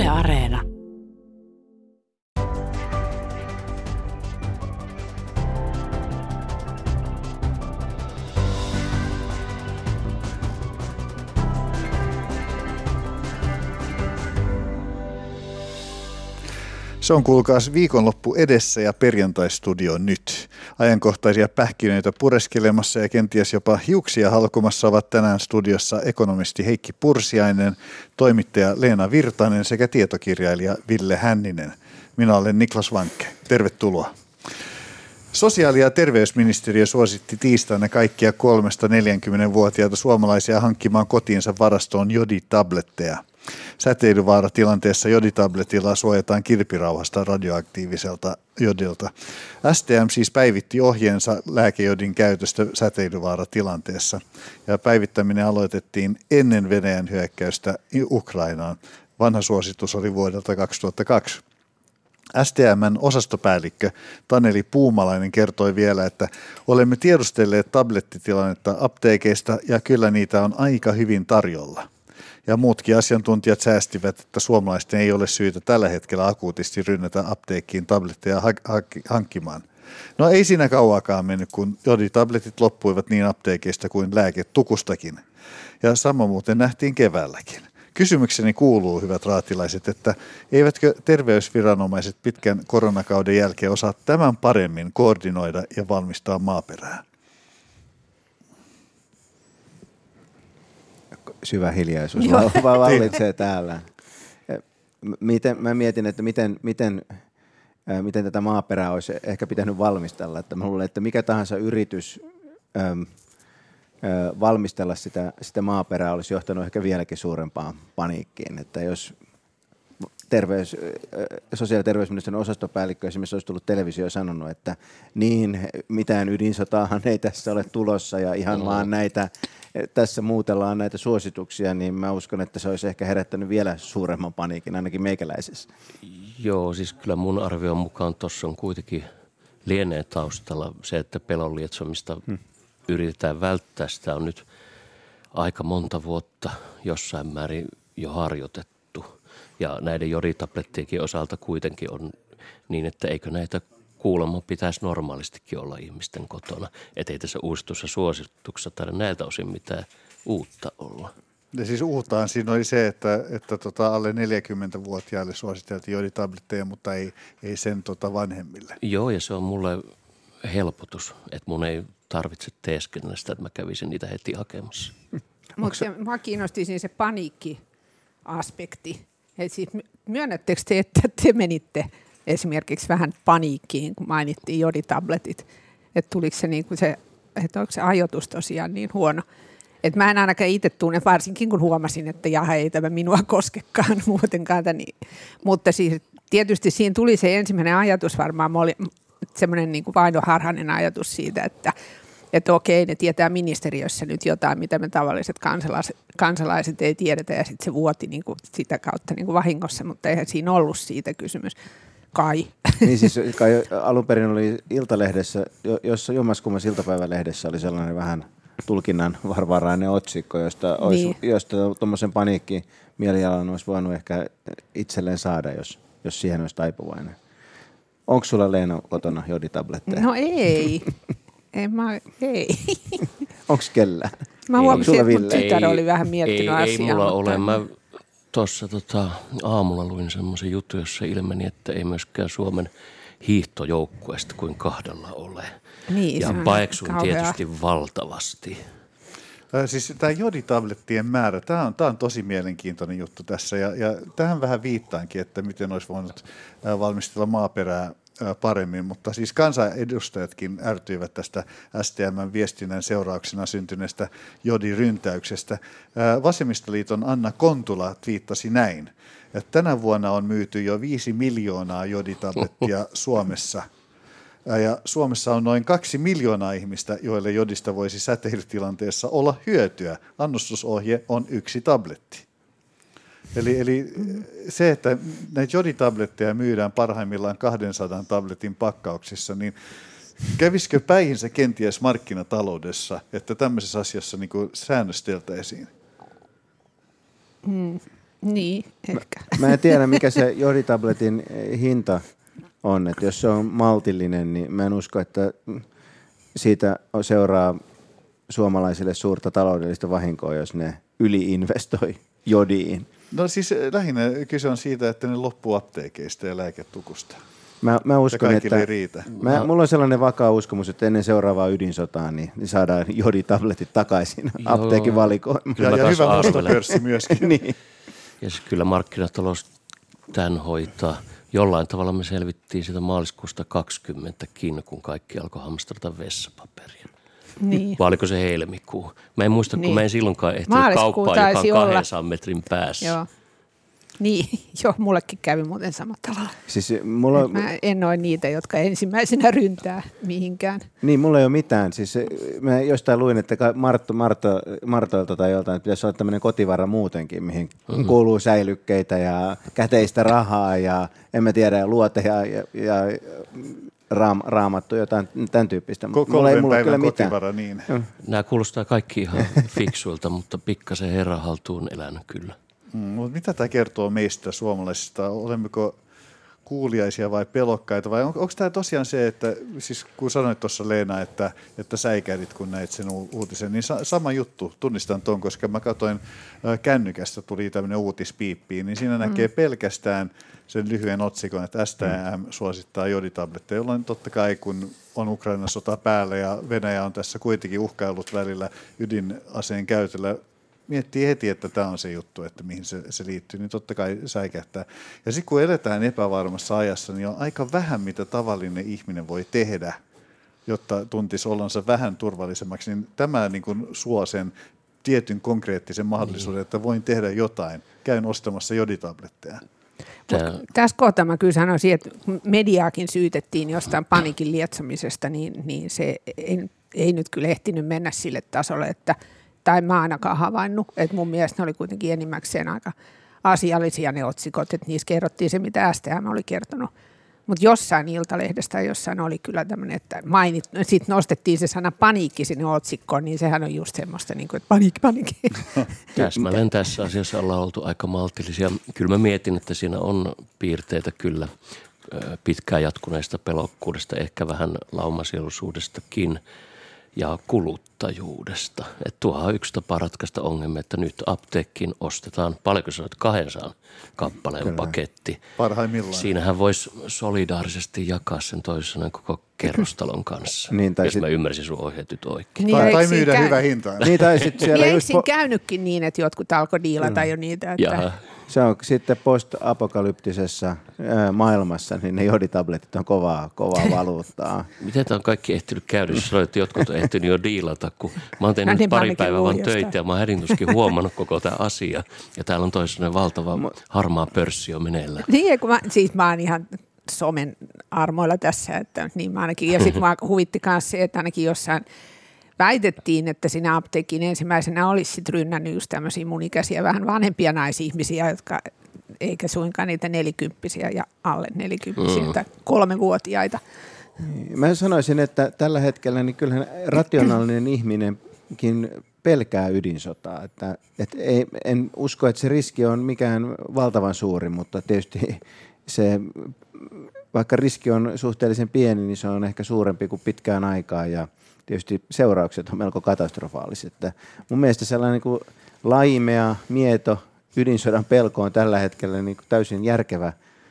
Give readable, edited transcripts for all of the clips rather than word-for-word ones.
Yle Areena. Se on kuulkaas viikonloppu edessä ja perjantaistudio nyt. Ajankohtaisia pähkinöitä pureskelemassa ja kenties jopa hiuksia halkomassa ovat tänään studiossa ekonomisti Heikki Pursiainen, toimittaja Leena Virtanen sekä tietokirjailija Ville Hänninen. Minä olen Niklas Vankke. Tervetuloa. Sosiaali- ja terveysministeriö suositti tiistaina kaikkia 3–40-vuotiaita suomalaisia hankkimaan kotiinsa varastoon joditabletteja. Säteilyvaaratilanteessa joditabletilla suojataan kirpirauhasta radioaktiiviselta jodilta. STM siis päivitti ohjeensa lääkejodin käytöstä säteilyvaaratilanteessa. Ja päivittäminen aloitettiin ennen Venäjän hyökkäystä Ukrainaan. Vanha suositus oli vuodelta 2002. STM:n osastopäällikkö Taneli Puumalainen kertoi vielä, että olemme tiedustelleet tablettitilannetta apteekeista ja kyllä niitä on aika hyvin tarjolla. Ja muutkin asiantuntijat säästivät, että suomalaisten ei ole syytä tällä hetkellä akuutisti rynnätä apteekkiin tabletteja hankkimaan. No ei siinä kauaakaan mennyt, kun joditabletit loppuivat niin apteekeista kuin lääketukustakin. Ja sama muuten nähtiin keväälläkin. Kysymykseni kuuluu, hyvät raatilaiset, että eivätkö terveysviranomaiset pitkän koronakauden jälkeen osaa tämän paremmin koordinoida ja valmistaa maaperää? Syvä hiljaisuus vaan vallitsee täällä. Mä mietin, että miten tätä maaperää olisi ehkä pitänyt valmistella. Että mä luulen, että mikä tahansa yritys valmistella sitä maaperää olisi johtanut ehkä vieläkin suurempaan paniikkiin. Että jos sosiaali- ja terveysministeriön osastopäällikkö esimerkiksi olisi tullut televisioon sanonut, että niin, mitään ydinsotaahan ei tässä ole tulossa ja ihan vaan tässä muutellaan näitä suosituksia, niin mä uskon, että se olisi ehkä herättänyt vielä suuremman paniikin, ainakin meikäläisessä. Joo, siis kyllä mun arvion mukaan tuossa on kuitenkin lienee taustalla se, että pelon lietsomista yritetään välttää. Sitä on nyt aika monta vuotta jossain määrin jo harjoitettu. Ja näiden joditablettienkin osalta kuitenkin on niin, että eikö näitä kuulemma pitäisi normaalistikin olla ihmisten kotona. Että ei tässä uusistussa suosituksessa taida näiltä osin mitään uutta olla. Ja siis uutaan siinä oli se, että alle 40-vuotiaille suositeltiin joditabletteja, mutta ei sen vanhemmille. Joo, ja se on mulle helpotus, että mun ei tarvitse teeskennellä sitä, että mä kävisin niitä heti hakemassa. Mutta mä kiinnostin se paniikki-aspekti. Siis myönnättekö te, että te menitte esimerkiksi vähän paniikkiin, kun mainittiin joditabletit? Että tuliko se, että onko se ajoitus tosiaan niin huono? Että mä en ainakaan itse tunne, varsinkin kun huomasin, että ei tämä minua koskekaan muutenkaan. Mutta siis tietysti siinä tuli se ensimmäinen ajatus varmaan, semmoinen niin kuin vainoharhainen ajatus siitä, että okei, ne tietää ministeriössä nyt jotain, mitä me tavalliset kansalaiset ei tiedetä, ja sitten se vuoti niin kuin sitä kautta niin kuin vahingossa, mutta eihän siinä ollut siitä kysymys. Kai. Niin siis kai alun perin oli Iltalehdessä, jommaskummassa iltapäivälehdessä oli sellainen vähän tulkinnan varvarainen otsikko, josta tuommoisen paniikkimielialan olisi voinut ehkä itselleen saada, jos siihen olisi taipuvainen. Onko sulla, Leena, kotona joditabletteja? No ei. Ei. Onko kellään? Mä huomasin, että mun tytär oli vähän miettinyt asiaa. Ei mulla ole. Mä tuossa aamulla luin semmoisen jutun, jossa ilmeni, että ei myöskään Suomen hiihtojoukkueesta kuin 2 ole. Niin, ja paeksun tietysti valtavasti. Siis tämä joditablettien määrä, tämä on tosi mielenkiintoinen juttu tässä ja tähän vähän viittaankin, että miten olisi voinut valmistella maaperää paremmin, mutta siis kansanedustajatkin ärtyivät tästä STM:n viestinnän seurauksena syntyneestä jodiryntäyksestä. Vasemmistoliiton Anna Kontula twiittasi näin, että tänä vuonna on myyty jo 5 miljoonaa joditablettia Suomessa. Ja Suomessa on noin 2 miljoonaa ihmistä, joille jodista voisi säteilytilanteessa olla hyötyä. Annostusohje on 1 tabletti. Eli se, että näitä joditabletteja myydään parhaimmillaan 200 tabletin pakkauksissa, niin kävisikö päihinsä kenties markkinataloudessa, että tämmöisessä asiassa niin kuin säännösteltäisiin? Niin, ehkä. Mä en tiedä, mikä se joditabletin hinta on. Että jos se on maltillinen, niin mä en usko, että siitä seuraa suomalaisille suurta taloudellista vahinkoa, jos ne yliinvestoi jodiin. No siis lähinnä kyse on siitä, että ne loppuu apteekeista ja lääketukusta. Mä uskon, kaikille että ei riitä. Mulla on sellainen vakaa uskomus, että ennen seuraavaa ydinsotaa niin saadaan joditabletit takaisin apteekin valikoimaan. Ja hyvä ostopörssi myöskin. Niin. Ja siis kyllä markkinatalous tämän hoitaa. Jollain tavalla me selvittiin sitä maaliskuusta 20kin, kun kaikki alkoi hamstrata vessapaperia. Niin. Vai oliko se helmikuu? Mä en muista, kun mä en silloinkaan ehtinyt Maaliskuu kauppaan, joka on olla 200 metrin päässä. Joo. Niin, joo, mullekin kävi muuten samalla tavalla. Siis mä en ole niitä, jotka ensimmäisenä ryntää mihinkään. Niin, mulla ei ole mitään. Siis mä jostain luin, että Martoilta tai joltain pitäisi olla tämmöinen kotivara muutenkin, mihin kuuluu säilykkeitä ja käteistä rahaa ja en mä tiedä, luoteja ja raamattu, jotain tämän tyyppistä. Mulla ei kyllä kotivara, niin. Nämä kuulostaa kaikki ihan fiksuilta, mutta pikkasen herran haltuun elänyt kyllä. Mutta mitä tämä kertoo meistä suomalaisista? Olemmeko kuuliaisia vai pelokkaita? Vai onko tämä tosiaan se, että siis kun sanoit tuossa Leena, että säikähdit kun näit sen uutisen, niin sama juttu, tunnistan tuon, koska mä katsoin kännykästä, tuli tämmöinen uutispiippi, niin siinä näkee pelkästään sen lyhyen otsikon, että STM suosittaa joditabletteja, jolloin totta kai kun on Ukrainan sota päällä ja Venäjä on tässä kuitenkin uhkaillut välillä ydinaseen käytöllä, miettii heti, että tämä on se juttu, että mihin se liittyy, niin totta kai säikähtää. Ja sitten kun eletään epävarmassa ajassa, niin on aika vähän, mitä tavallinen ihminen voi tehdä, jotta tuntisi olonsa vähän turvallisemmaksi, niin tämä niin kuin suo sen tietyn konkreettisen mahdollisuuden, että voin tehdä jotain. Käyn ostamassa joditabletteja. Tässä kohtaa mä kyllä sanoisin, että mediaakin syytettiin jostain paniikin lietsomisesta, niin se ei nyt kyllä ehtinyt mennä sille tasolle, että tai mä ainakaan havainnut, että mun mielestä ne oli kuitenkin enimmäkseen aika asiallisia ne otsikot, että niissä kerrottiin se, mitä STM oli kertonut. Mutta jossain Iltalehdestä jossain oli kyllä tämmöinen, että sitten nostettiin se sana paniikki sinne otsikkoon, niin sehän on just semmoista, niin kuin, että paniikki. Täsmälleen tässä asiassa ollaan oltu aika maltillisia. Kyllä mä mietin, että siinä on piirteitä kyllä pitkään jatkuneesta pelokkuudesta, ehkä vähän laumasieluisuudestakin ja kuluttajuudesta. Että tuohan on yksi tapa ratkaista ongelmia, että nyt apteekkiin ostetaan, paljonko sanoit, 200 kappaleen paketti. Parhaimmillaan. Siinähän voisi solidaarisesti jakaa sen toisena koko kerrostalon kanssa, niin, jos mä ymmärsin sun ohjeet nyt oikein. Niin, tai myydä hyvä hintaan. Niin, tai sit siellä eikö siinä käynytkin niin, että jotkut alkoi diilata jo niitä? Että se on sitten post-apokalyptisessa maailmassa, niin ne joditabletit on kovaa valuuttaa. Miten tämä on kaikki ehtinyt käydä, jos sanoit, että jotkut on ehtinyt jo diilata, kun mä oon tehnyt pari päivää vaan töitä ja mä oon hädintuskin huomannut koko tämä asia. Ja täällä on toisaalta valtava harmaa pörssi jo meneillään. Niin, kun mä oon ihan somen armoilla tässä, että niin mä ainakin. Ja sitten mä huvitti myös se, että ainakin jossain väitettiin, että siinä apteekin ensimmäisenä olisi sit rynnännyt just tämmöisiä mun ikäisiä vähän vanhempia naisihmisiä, jotka eikä suinkaan niitä 40-vuotiaita ja alle 40-vuotiaita tai 3-vuotiaita. Mä sanoisin, että tällä hetkellä niin kyllähän rationaalinen ihminenkin pelkää ydinsotaa. Että en usko, että se riski on mikään valtavan suuri, mutta tietysti se, vaikka riski on suhteellisen pieni, niin se on ehkä suurempi kuin pitkään aikaa ja tietysti seuraukset on melko katastrofaaliset. Mun mielestä sellainen niin kuin laimea, mieto ydinsodan pelko on tällä hetkellä niin kuin täysin järkevä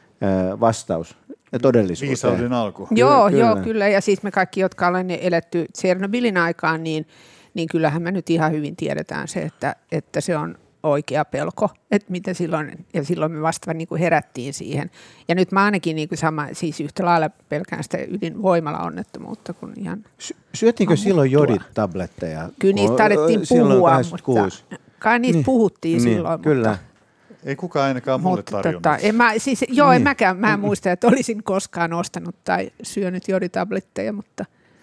vastaus todellisuuteen. Viisauden alku. Joo, kyllä. Ja siis me kaikki, jotka olemme eletty Tsernobylin aikaan, niin kyllähän me nyt ihan hyvin tiedetään se, että se on oikea pelko, että mitä silloin, ja silloin me vasta niin kuin herättiin siihen. Ja nyt mä ainakin niin kuin siis yhtä lailla pelkään sitä ydinvoimala-onnettomuutta kuin ihan syötiinkö silloin joditabletteja? Kyllä niistä taidettiin puhua, mutta kai niistä puhuttiin silloin. Kyllä. Mutta ei kukaan ainakaan mulle tarjonnut. Mä en muista, että olisin koskaan ostanut tai syönyt joditabletteja, mutta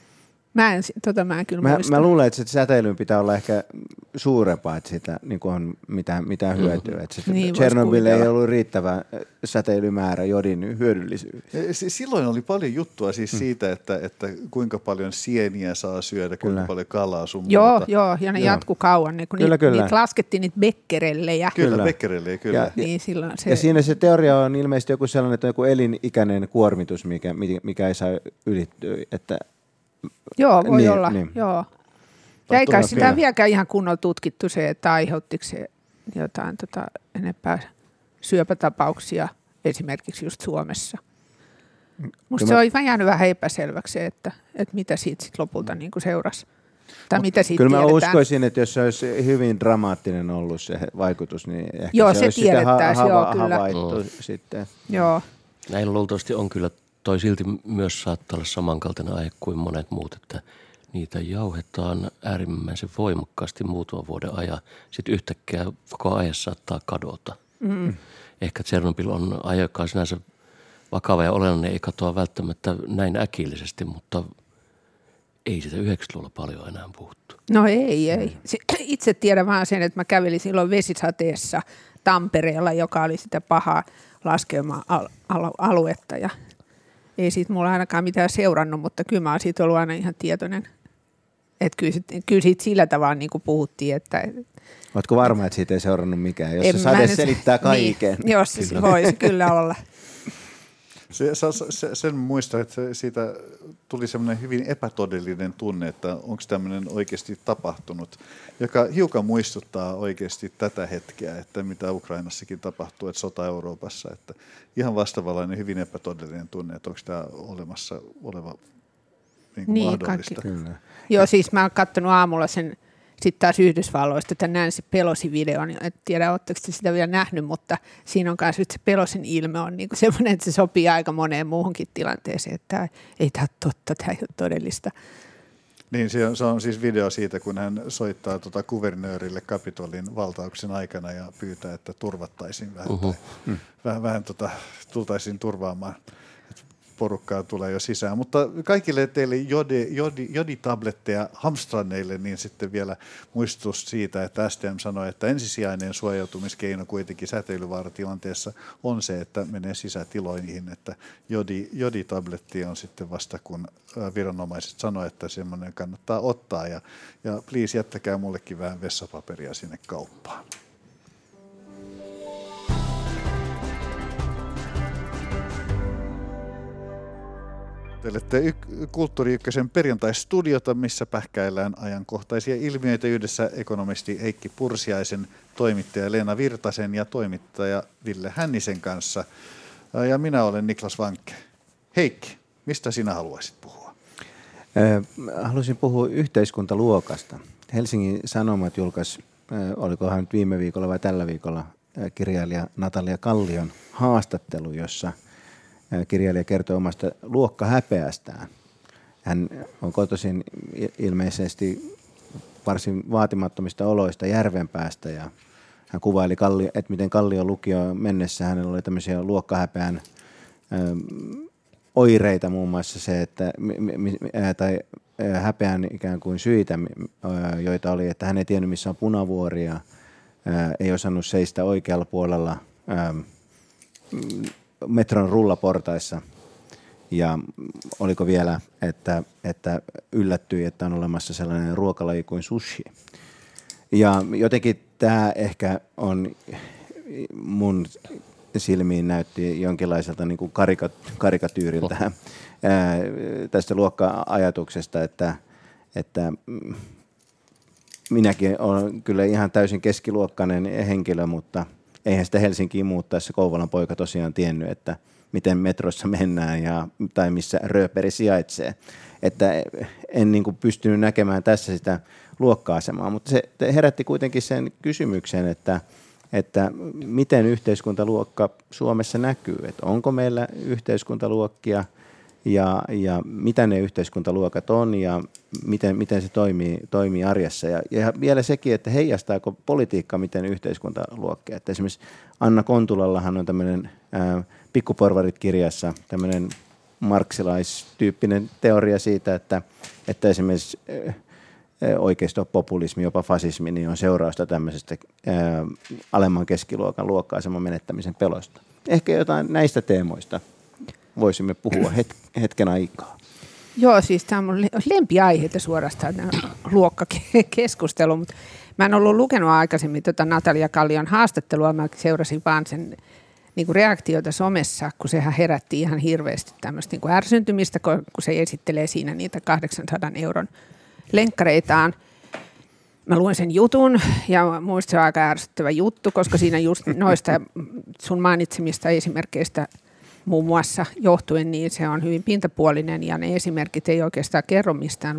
Mä en kyllä muista. Mä luulen, että se säteilyn pitää olla ehkä suurempaa, että siitä niin on mitään hyötyä. Niin, Tšernobylillä ei ollut riittävä säteilymäärä jodin hyödyllisyydessä. Silloin oli paljon juttua siis siitä, että kuinka paljon sieniä saa syödä, kuinka paljon kalaa sun muuta. Joo, ja ne jatku kauan. Niin kun niitä laskettiin niitä becquerellejä. Kyllä, becquerellejä, kyllä. Niin silloin se... Ja siinä se teoria on ilmeisesti joku sellainen, että on joku elinikäinen kuormitus, mikä ei saa ylittyä, että joo, voi olla. Niin. Joo. Ja eikä sitä vieläkään ihan kunnolla tutkittu se, että aiheuttiko se jotain enempää syöpätapauksia esimerkiksi just Suomessa. Musta se on jäänyt vähän epäselväksi se, että mitä siitä sit lopulta niin kuin seurasi. Tai mitä siitä kyllä tiedetään. Mä uskoisin, että jos se olisi hyvin dramaattinen ollut se vaikutus, niin ehkä joo, se olisi havaittu sitten. Joo. Näin luultavasti on kyllä. Toi silti myös saattaa olla samankaltainen aihe kuin monet muut, että niitä jauhetaan äärimmäisen voimakkaasti muutaman vuoden ajan. Sitten yhtäkkiä koko aihe saattaa kadota. Ehkä Tšernobyl on aihe, joka on sinänsä vakava ja olennainen, ei katoa välttämättä näin äkillisesti, mutta ei sitä 90-luvulla paljon enää puhuttu. No ei. Itse tiedän vaan sen, että mä kävelin silloin vesisateessa Tampereella, joka oli sitä pahaa laskeuma-aluetta ja ei siitä mulla ainakaan mitään seurannut, mutta kyllä mä oon siitä ollut aina ihan tietoinen. Että kyllä siitä sillä tavalla niin kuin puhuttiin. Että ootko varma, että siitä ei seurannut mikään? Jos se sade selittää kaiken. Niin, jos se voisi kyllä olla. Sen muistan, että siitä tuli semmoinen hyvin epätodellinen tunne, että onko tämmöinen oikeasti tapahtunut, joka hiukan muistuttaa oikeasti tätä hetkeä, että mitä Ukrainassakin tapahtuu, että sota Euroopassa, että ihan vastaavanlainen hyvin epätodellinen tunne, että onko tämä olemassa oleva niin mahdollista. Joo, siis mä oon katsonut aamulla sen sitten taas Yhdysvalloista tämän Nancy Pelosi-videon, en tiedä, oletteko sitä vielä nähnyt, mutta siinä on myös se Pelosin ilme on niin semmoinen, että se sopii aika moneen muuhunkin tilanteeseen, että ei tämä ole totta, tämä ei ole todellista. Niin, se on siis video siitä, kun hän soittaa kuvernöörille Kapitolin valtauksen aikana ja pyytää, että turvattaisiin vähän tultaisiin turvaamaan. Porukkaa tulee jo sisään, mutta kaikille teille joditabletteja hamstranneille, niin sitten vielä muistutus siitä, että STM sanoi, että ensisijainen suojautumiskeino kuitenkin säteilyvaaratilanteessa on se, että menee sisätiloihin, että joditablettia on sitten vasta, kun viranomaiset sanoo, että semmoinen kannattaa ottaa ja please jättäkää mullekin vähän vessapaperia sinne kauppaan. Kuuntelette Kulttuuri Ykkösen perjantai-studiota, missä pähkäillään ajankohtaisia ilmiöitä yhdessä ekonomisti Heikki Pursiaisen, toimittaja Leena Virtasen ja toimittaja Ville Hännisen kanssa. Ja minä olen Niklas Vankke. Heikki, mistä sinä haluaisit puhua? Haluaisin puhua yhteiskuntaluokasta. Helsingin Sanomat julkaisi, olikohan nyt viime viikolla vai tällä viikolla, kirjailija Natalia Kallion haastattelu, jossa kirjailija kertoo omasta luokkahäpeästään. Hän on kotoisin ilmeisesti varsin vaatimattomista oloista Järvenpäästä ja hän kuvaili, että miten Kallion lukioon mennessä hänellä oli tämmöisiä luokkahäpeän oireita, muun muassa se, että tai häpeän ikään kuin syitä, joita oli, että hän ei tiennyt missä on punavuoria, ei osannut seistä oikealla puolella metron rullaportaissa ja oliko vielä, että yllättyi, että on olemassa sellainen ruokalaji kuin sushi. Ja jotenkin tämä ehkä on mun silmiin näytti jonkinlaiselta niin kuin karikatyyriltä tästä luokka-ajatuksesta, että minäkin olen kyllä ihan täysin keskiluokkainen henkilö, mutta eihän sitä Helsinkiin muuttaessa Kouvolan poika tosiaan tiennyt, että miten metrossa mennään tai missä rööperi sijaitsee. Että en niin kuin pystynyt näkemään tässä sitä luokka-asemaa, mutta se herätti kuitenkin sen kysymyksen, että miten yhteiskuntaluokka Suomessa näkyy, että onko meillä yhteiskuntaluokkia ja mitä ne yhteiskuntaluokat on ja miten se toimii arjessa. Ja vielä sekin, että heijastaako politiikka miten yhteiskuntaluokkia. Että esimerkiksi Anna Kontulallahan on tämmöinen Pikkuporvarit-kirjassa tämmöinen marksilaistyyppinen teoria siitä, että esimerkiksi oikeistopopulismi, jopa fasismi, niin on seurausta tämmöisestä alemman keskiluokan luokka-aseman menettämisen pelosta. Ehkä jotain näistä teemoista voisimme puhua hetken aikaa. Joo, siis tämä on mun lempiaiheita suorastaan tämä luokkakeskustelu, mutta mä en ollut lukenut aikaisemmin Natalia Kallion haastattelua, mä seurasin vaan sen niin kuin reaktiota somessa, kun sehän herätti ihan hirveästi tämmöistä niin kuin ärsyntymistä, kun se esittelee siinä niitä 800 euron lenkkareitaan. Mä luin sen jutun ja muista se on aika ärsyttävä juttu, koska siinä just noista sun mainitsemista esimerkkeistä muun muassa johtuen, niin se on hyvin pintapuolinen ja ne esimerkit ei oikeastaan kerro mistään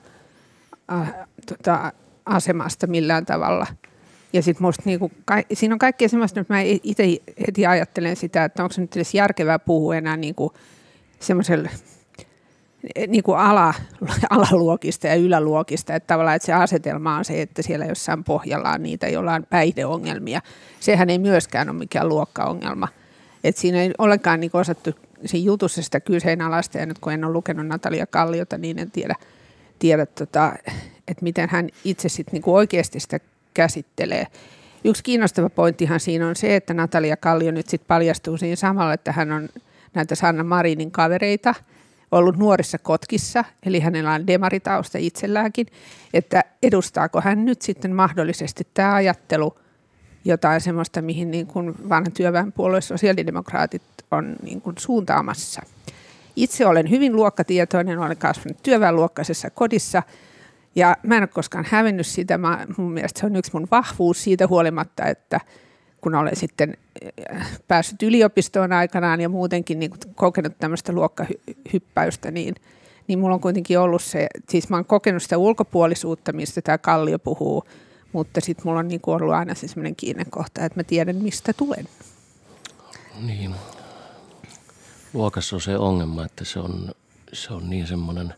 asemasta millään tavalla. Ja sitten musta niinku, siinä on kaikkea semmoista, että mä itse heti ajattelen sitä, että onko se nyt edes järkevää puhua enää niinku semmoisella niinku alaluokista ja yläluokista, että tavallaan että se asetelma on se, että siellä jossain pohjalla on niitä, joilla on päihdeongelmia. Sehän ei myöskään ole mikään luokkaongelma. Et siinä ei ollenkaan niinku osattu siinä jutussa sitä kyseenalaista, ja nyt kun en ole lukenut Natalia Kalliota, niin en tiedä että miten hän itse sitten niinku oikeasti sitä käsittelee. Yksi kiinnostava pointtihan siinä on se, että Natalia Kallio nyt sitten paljastuu siinä samalla, että hän on näitä Sanna Marinin kavereita, ollut nuorissa Kotkissa, eli hänellä on demaritausta itselläänkin, että edustaako hän nyt sitten mahdollisesti tämä ajattelu jotain semmoista, mihin niin kuin vanha työväenpuolue sosiaalidemokraatit on niin kuin suuntaamassa. Itse olen hyvin luokkatietoinen, olen kasvanut työväenluokkaisessa kodissa ja mä en ole koskaan hävennyt sitä. Mun mielestä se on yksi mun vahvuus siitä huolimatta, että kun olen sitten päässyt yliopistoon aikanaan ja muutenkin niin kuin kokenut tämmöistä luokkahyppäystä, niin mulla on kuitenkin ollut se, siis mä oon kokenut sitä ulkopuolisuutta, mistä tämä Kallio puhuu, mutta sitten mulla on niin kuin ollut aina se semmoinen kiinnekohta, että mä tiedän, mistä tulen. Niin. Luokassa on se ongelma, että se on niin semmoinen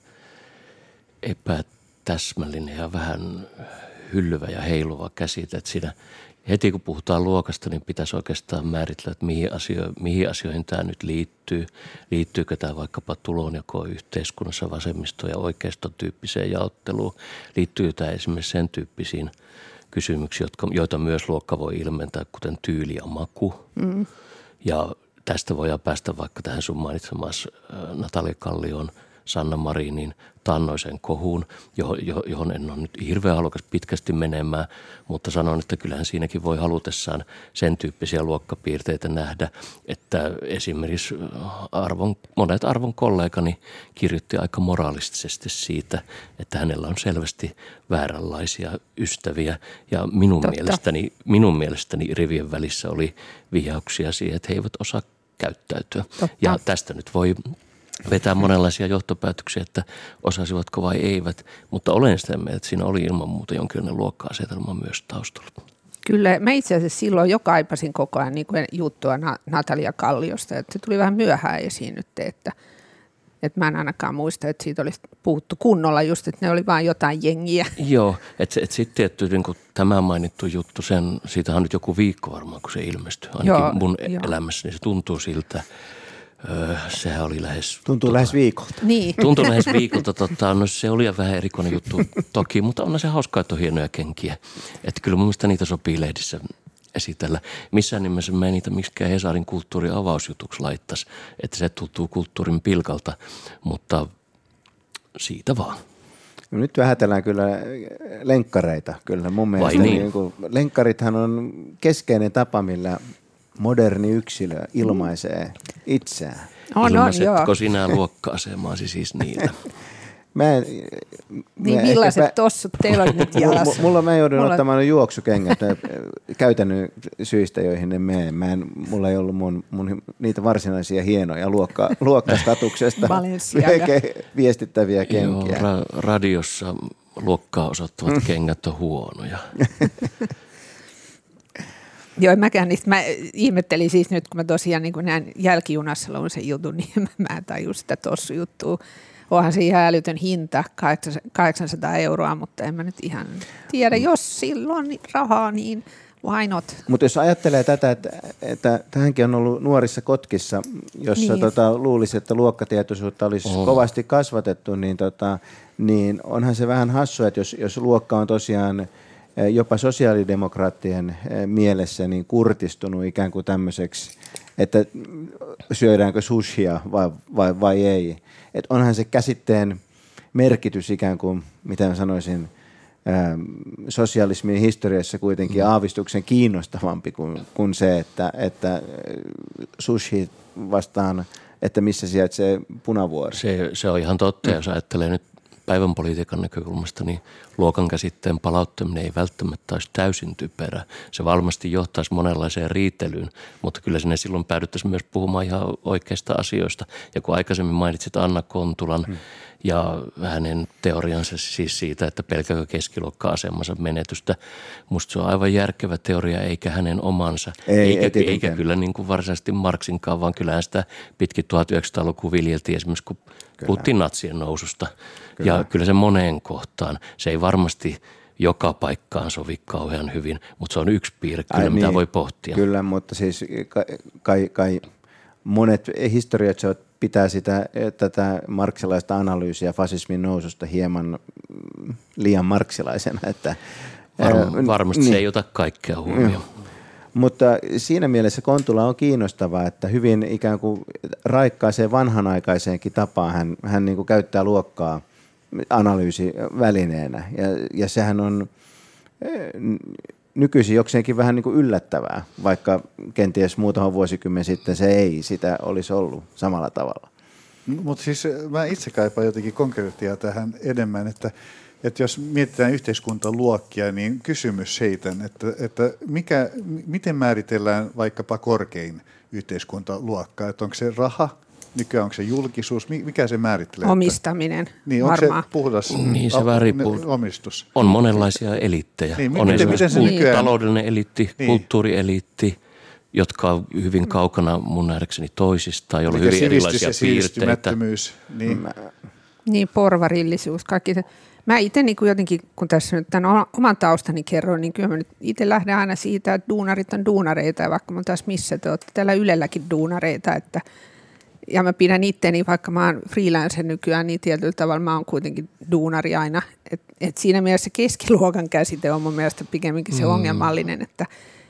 epätäsmällinen ja vähän hyllyvä ja heiluva käsite, että siinä heti kun puhutaan luokasta, niin pitäisi oikeastaan määritellä, että mihin asioihin tämä nyt liittyy. Liittyykö tämä vaikkapa tulonjakoon yhteiskunnassa vasemmisto- ja oikeistotyyppiseen jaotteluun? Liittyy tämä esimerkiksi sen tyyppisiin kysymyksiin, joita myös luokka voi ilmentää, kuten tyyli ja maku. Mm. Ja tästä voidaan päästä vaikka tähän sun mainitsemassa Natalia Kallion, Sanna Marinin taannoisen kohuun, johon en ole nyt hirveän halukas pitkästi menemään, mutta sanon, että kyllähän siinäkin voi halutessaan sen tyyppisiä luokkapiirteitä nähdä, että esimerkiksi monet arvon kollegani kirjoitti aika moraalisesti siitä, että hänellä on selvästi vääränlaisia ystäviä ja minun mielestäni rivien välissä oli vihjauksia siihen, että he eivät osaa käyttäytyä. Totta. Ja tästä nyt voi vetää monenlaisia johtopäätöksiä, että osasivatko vai eivät, mutta olen sitä mieltä, että siinä oli ilman muuta jonkinlainen luokka-asetelma myös taustalla. Kyllä, mä itse asiassa silloin jo kaipasin koko ajan niin kuin juttua Natalia Kalliosta, että se tuli vähän myöhään esiin nyt, että mä en ainakaan muista, että siitä olisi puhuttu kunnolla just, että ne oli vain jotain jengiä. Joo, että sitten tietty niin kuin tämä mainittu juttu, siitä on nyt joku viikko varmaan, kun se ilmestyi. Ainakin mun elämässäni se tuntuu siltä. Sehän oli lähes... Tuntuu lähes viikolta. Niin. Tuntuu lähes viikolta. No se oli vähän erikoinen juttu toki, mutta on se hauskaa, että on hienoja kenkiä. Että kyllä mun mielestä niitä sopii lehdissä esitellä. Missään nimessä mä en niitä miksikään Hesarin kulttuuriavausjutuksi laittaisi, että se tuntuu kulttuurin pilkalta, mutta siitä vaan. No nyt vähätellään kyllä lenkkareita. Kyllä mun mielestä niin? Lenkkarithan on keskeinen tapa, millä moderni yksilö ilmaisee itseään. Ilmaisetko sinä luokka-asemaasi siis niiltä? Millaiset tossut teillä on nyt jalassa? Mä joudun ottamaan juoksukengät käytännön syistä, joihin ne mene. Mulla ei ollut mun niitä varsinaisia hienoja luokkastatuksesta viestittäviä kenkiä. Joo, radiossa luokkaa osoittavat kengät on huonoja. Joo, mä ihmettelin siis nyt, kun mä tosiaan niin kun näin jälkijunassa luin sen jutun, niin mä en tajua sitä tossujuttua. Onhan se ihan älytön hinta, 800 €, mutta en mä nyt ihan tiedä, jos silloin rahaa, niin why not? Mutta jos ajattelee tätä, että tähänkin on ollut nuorissa kotkissa, jossa luulisi, että luokkatietoisuutta olisi kovasti kasvatettu, niin onhan se vähän hassua, että jos luokka on tosiaan jopa sosiaalidemokraattien mielessä niin kurtistunut ikään kuin tämmöiseksi, että syödäänkö sushia vai ei. Et onhan se käsitteen merkitys ikään kuin, mitä mä sanoisin, sosialismin historiassa kuitenkin aavistuksen kiinnostavampi kuin se, että sushi vastaan, että missä sijaitsee Punavuori. Se on ihan totta, jos ajattelee nyt päivän politiikan näkökulmasta, niin luokan käsitteen palauttaminen ei välttämättä olisi täysin typerä. Se varmasti johtaisi monenlaiseen riitelyyn, mutta kyllä sinne silloin päädyttäisiin myös puhumaan ihan oikeista asioista. Ja kun aikaisemmin mainitsit Anna Kontulan ja hänen teoriansa siis siitä, että pelkääkö keskiluokka-asemansa menetystä, musta se on aivan järkevä teoria eikä hänen omansa. Eikä kyllä niin kuin varsinaisesti Marxinkaan, vaan kyllähän sitä pitkin 1900-lukua viljeltiin esimerkiksi, kun puhuttiin natsien noususta. Kyllä. Ja kyllä se moneen kohtaan, se ei varmasti joka paikkaan sovi kauhean hyvin, mutta se on yksi piirre kyllä, mitä voi pohtia. Kyllä, mutta siis kai monet historioitsijat pitää tätä marksilaista analyysiä fasismin noususta hieman liian marksilaisena. Että, varmasti se ei ota kaikkea huomioon. Mutta siinä mielessä Kontula on kiinnostavaa, että hyvin ikään kuin raikkaaseen vanhanaikaiseenkin tapaan hän niin kuin käyttää luokkaa analyysivälineenä. Ja sehän on nykyisin jokseenkin vähän niin kuin yllättävää, vaikka kenties muutama vuosikymmen sitten se ei sitä olisi ollut samalla tavalla. Mutta siis mä itse kaipaan jotenkin konkreettia tähän enemmän, että jos mietitään yhteiskuntaluokkia, niin kysymys heitän, että miten määritellään vaikkapa korkein yhteiskuntaluokka, että onko se raha, nykyään onko se julkisuus, mikä se määrittelee? Omistaminen, niin, onko varmaan. se puhdas niin, se vähän riippuu. Omistus? On monenlaisia eliittejä. Niin, on esimerkiksi nykyään taloudellinen eliitti, kulttuurieliitti, jotka on hyvin kaukana mun nähdäkseni toisistaan, joilla on hyvin erilaisia piirteitä. Niin, porvarillisuus, kaikki se. Mä itse niin jotenkin, kun tässä nyt tämän oman taustani kerron, niin kyllä mä nyt itse lähden aina siitä, että duunarit on duunareita, ja vaikka mä taas missä te olette täällä Ylelläkin duunareita, ja mä pidän itteni, vaikka mä oon freelancer nykyään, niin tietyllä tavalla mä oon kuitenkin duunari aina. Et siinä mielessä keskiluokan käsite on mun mielestä pikemminkin se ongelmallinen, että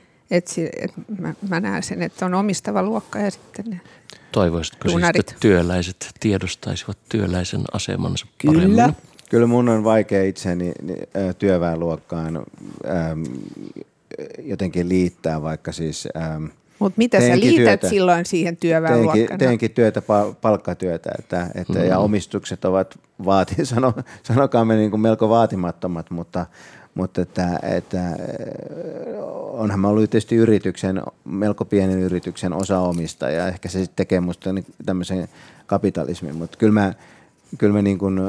mä näen sen, että on omistava luokka ja sitten ne Toivoisitko duunarit. Siis, että työläiset tiedostaisivat työläisen asemansa paremmin? Kyllä mun on vaikea itseni työväenluokkaan jotenkin liittää, vaikka siis... Mutta mitä sä liität silloin siihen työväenluokkaan? Teenkin työtä, palkkatyötä, ja omistukset ovat sanokaamme niin kuin melko vaatimattomat, mutta onhan mä ollut tietysti melko pienen yrityksen osaomistaja, ja ehkä se sitten tekee musta tämmöisen kapitalismin, mutta kyllä mä niin kuin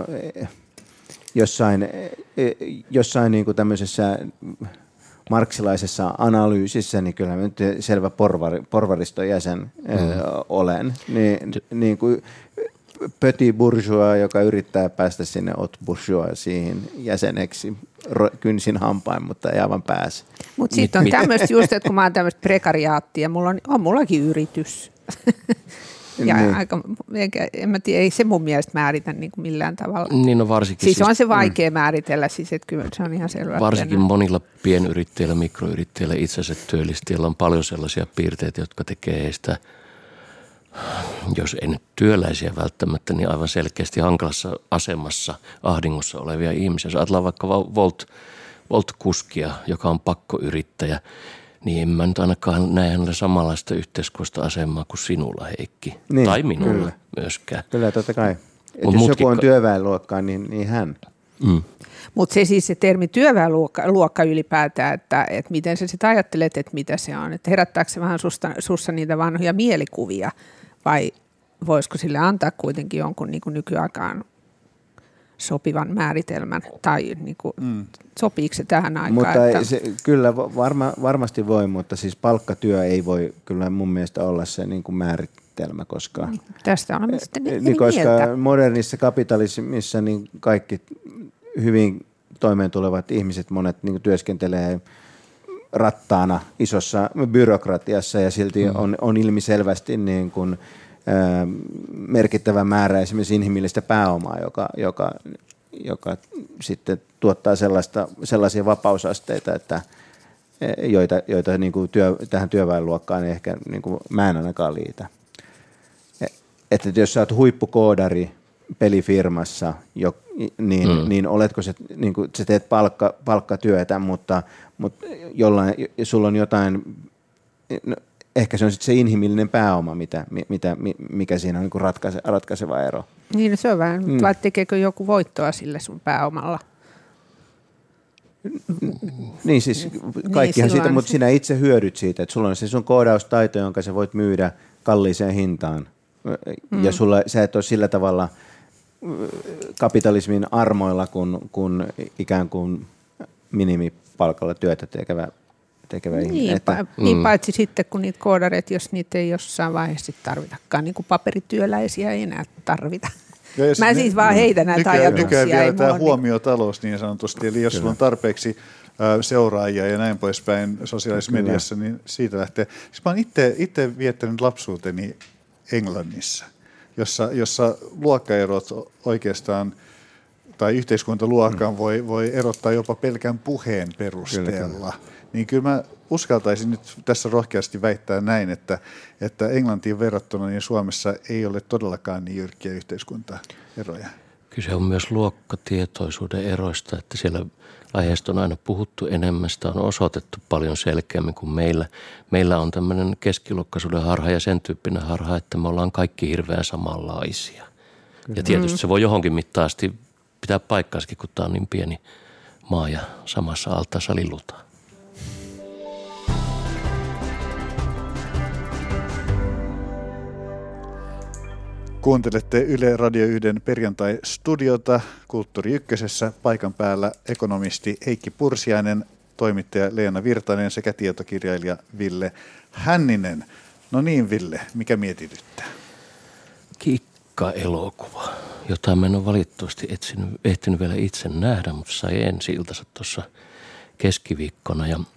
jossain niin kuin tämmöisessä marksilaisessa analyysissä, niin kyllä mä nyt selvä porvariston jäsen olen. Niin kuin petit bourgeois, joka yrittää päästä sinne haute bourgeoisiin jäseneksi kynsin hampain, mutta ei aivan pääse. Mutta sitten on tämmöistä just, että kun mä oon tämmöistä prekariaattia, on mullakin yritys. Ja niin. En mä tiedä, ei se mun mielestä määritä niin kuin millään tavalla. Niin no varsinkin. Siis on se vaikea määritellä, siis että kyllä se on ihan selvä. Varsinkin monilla pienyrittäjillä, mikroyrittäjillä, itsensä työllistäjillä on paljon sellaisia piirteitä, jotka tekee heistä, jos ei nyt työläisiä välttämättä, niin aivan selkeästi hankalassa asemassa, ahdingossa olevia ihmisiä. Jos ajatellaan vaikka Volt-kuskia, joka on pakkoyrittäjä, niin en mä nyt ainakaan näe hänellä samanlaista yhteiskunnallista asemaa kuin sinulla, Heikki. Niin, tai minulla myöskään. Kyllä, totta kai. Jos joku on työväenluokkaa, niin hän. Mutta se termi työväenluokka ylipäätään, että miten sä sitten ajattelet, että mitä se on. Että herättääkö se vähän sussa niitä vanhoja mielikuvia vai voisiko sille antaa kuitenkin jonkun niin kuin nykyaikaan sopivan määritelmän tai niin kuin, sopiiko se tähän aikaan? Mutta kyllä varmasti voi, mutta siis palkkatyö ei voi kyllä mun mielestä olla se niin kuin määritelmä, koska, tästä olemme sitten koska modernissa kapitalismissa niin kaikki hyvin toimeen tulevat ihmiset, monet niin kuin työskentelee rattaana isossa byrokratiassa ja silti on ilmiselvästi niin kuin, merkittävä määrä esimerkiksi inhimillistä pääomaa, joka sitten tuottaa sellaisia vapausasteita, että joita niin kuin tähän työväenluokkaan ei ehkä niin kuin mä en ainakaan liitä. Että jos sä oot huippukoodari pelifirmassa, niin oletko se, niin kuin sä teet palkkatyötä, mutta sulla on jotain, no, ehkä se on sitten se inhimillinen pääoma, mikä siinä on niin kuin ratkaiseva ero. Niin, se on vähän, vai tekeekö joku voittoa sille sun pääomalla? Niin siis kaikkihan siitä, mutta sinä itse hyödyt siitä, että sulla on se sun koodaustaito, jonka sä voit myydä kalliiseen hintaan. Ja sä et ole sillä tavalla kapitalismin armoilla kun ikään kuin minimipalkalla työtä tekevä ihminen. Niin paitsi sitten kun niitä koodareita, jos niitä ei jossain vaiheessa tarvitakaan, niin kuin paperityöläisiä ei enää tarvita. Mä siis vaan heitän näitä ajatuksia. Nykyään vielä tämä huomiotalous niin sanotusti, eli jos sulla on tarpeeksi seuraajia ja näin poispäin sosiaalisessa mediassa, niin siitä lähtee. Siis mä oon itse viettänyt lapsuuteni Englannissa, jossa luokkaerot oikeastaan, tai yhteiskuntaluokan voi erottaa jopa pelkän puheen perusteella. Niin kyllä mä uskaltaisin nyt tässä rohkeasti väittää näin, että Englantiin verrattuna niin Suomessa ei ole todellakaan niin jyrkkiä yhteiskuntaeroja. Kyse on myös luokkatietoisuuden eroista, että siellä aiheesta on aina puhuttu enemmän, sitä on osoitettu paljon selkeämmin kuin meillä. Meillä on tämmöinen keskiluokkaisuuden harha ja sen tyyppinen harha, että me ollaan kaikki hirveän samanlaisia. Ja tietysti se voi johonkin mittaan asti pitää paikkaansakin, kun tämä on niin pieni maa ja samassa altaassa lillutaan. Kuuntelette Yle Radio 1 perjantai-studiota Kulttuuri Ykkösessä. Paikan päällä ekonomisti Heikki Pursiainen, toimittaja Leena Virtanen sekä tietokirjailija Ville Hänninen. No niin, Ville, mikä mietityttää? Kikka-elokuva, jota mä en ole valitettavasti ehtinyt vielä itse nähdä, mutta sai ensi-iltansa tuossa keskiviikkona ja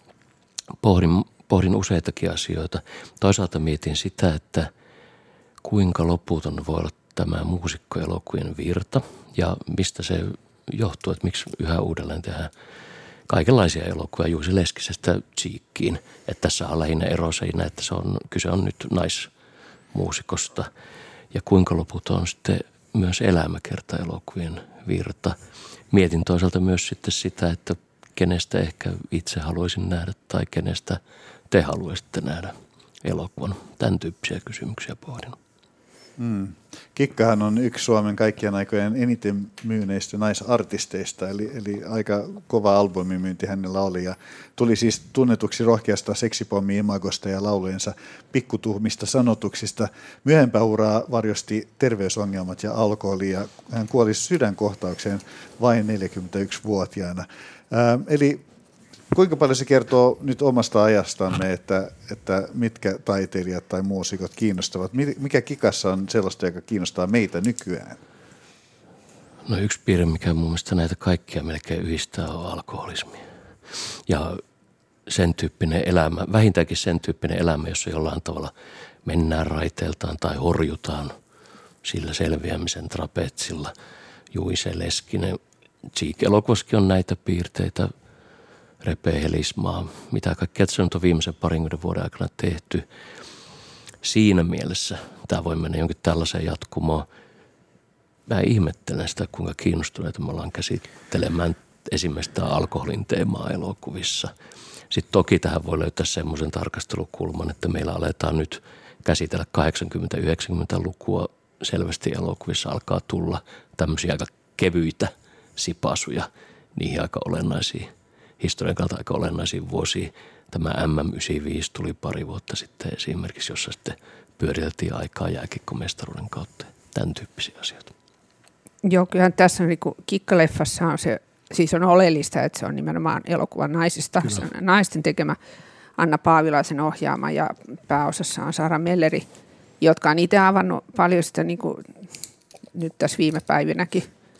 pohdin useitakin asioita. Toisaalta mietin sitä, että kuinka loputon voi olla tämä muusikkoelokuvien virta ja mistä se johtuu, että miksi yhä uudelleen tehdään kaikenlaisia elokuvia Juice Leskisestä Cheekkiin. Että tässä on lähinnä ero siinä, että kyse on nyt naismuusikosta ja kuinka loputon on sitten myös elämäkerta-elokuvien virta. Mietin toisaalta myös sitten sitä, että kenestä ehkä itse haluaisin nähdä tai kenestä te haluaisitte nähdä elokuvan. Tämän tyyppisiä kysymyksiä pohdin. Kikkahan on yksi Suomen kaikkien aikojen eniten myyneistä naisartisteista, eli aika kova albumimyynti hänellä oli. Ja tuli siis tunnetuksi rohkeasta seksipommi-imagosta ja laulujensa pikkutuhmista sanotuksista. Myöhempää uraa varjosti terveysongelmat ja alkoholi, ja hän kuoli sydänkohtaukseen vain 41-vuotiaana. Eli kuinka paljon se kertoo nyt omasta ajastamme, että mitkä taiteilijat tai muusikot kiinnostavat? Mikä Kikassa on sellaista, joka kiinnostaa meitä nykyään? No yksi piirre, mikä mun mielestä näitä kaikkia melkein yhdistää, on alkoholismi. Ja sen tyyppinen elämä, vähintäänkin sen tyyppinen elämä, jossa jollain tavalla mennään raiteeltaan tai horjutaan sillä selviämisen trapetsilla. Juice Leskinen, Cheek-elokuvassakin on näitä piirteitä. Repehelismaa, mitä kaikkea se on viimeisen 20 vuoden aikana tehty. Siinä mielessä tämä voi mennä jonkin tällaiseen jatkumoon. Mä ihmettelen sitä, kuinka kiinnostuneita me ollaan käsittelemään esimerkiksi tämä alkoholin teemaa elokuvissa. Sitten toki tähän voi löytää semmoisen tarkastelukulman, että meillä aletaan nyt käsitellä 80-90-lukua. Selvästi elokuvissa alkaa tulla tämmöisiä aika kevyitä sipasuja, niihin aika olennaisiin. Historian kautta aika olennaisia vuosia. Tämä MM95 tuli pari vuotta sitten esimerkiksi, jossa sitten pyöriteltiin aikaa jääkiekkomestaruuden kautta. Tämän tyyppisiä asioita. Joo, kyllähän tässä niin Kikka-leffassa on se, siis on oleellista, että se on nimenomaan elokuvan naisista. Se on naisten tekemä, Anna Paavilaisen ohjaama ja pääosassa on Sara Melleri, jotka on itse avannut paljon sitä niin kuin nyt tässä viime päivinäkin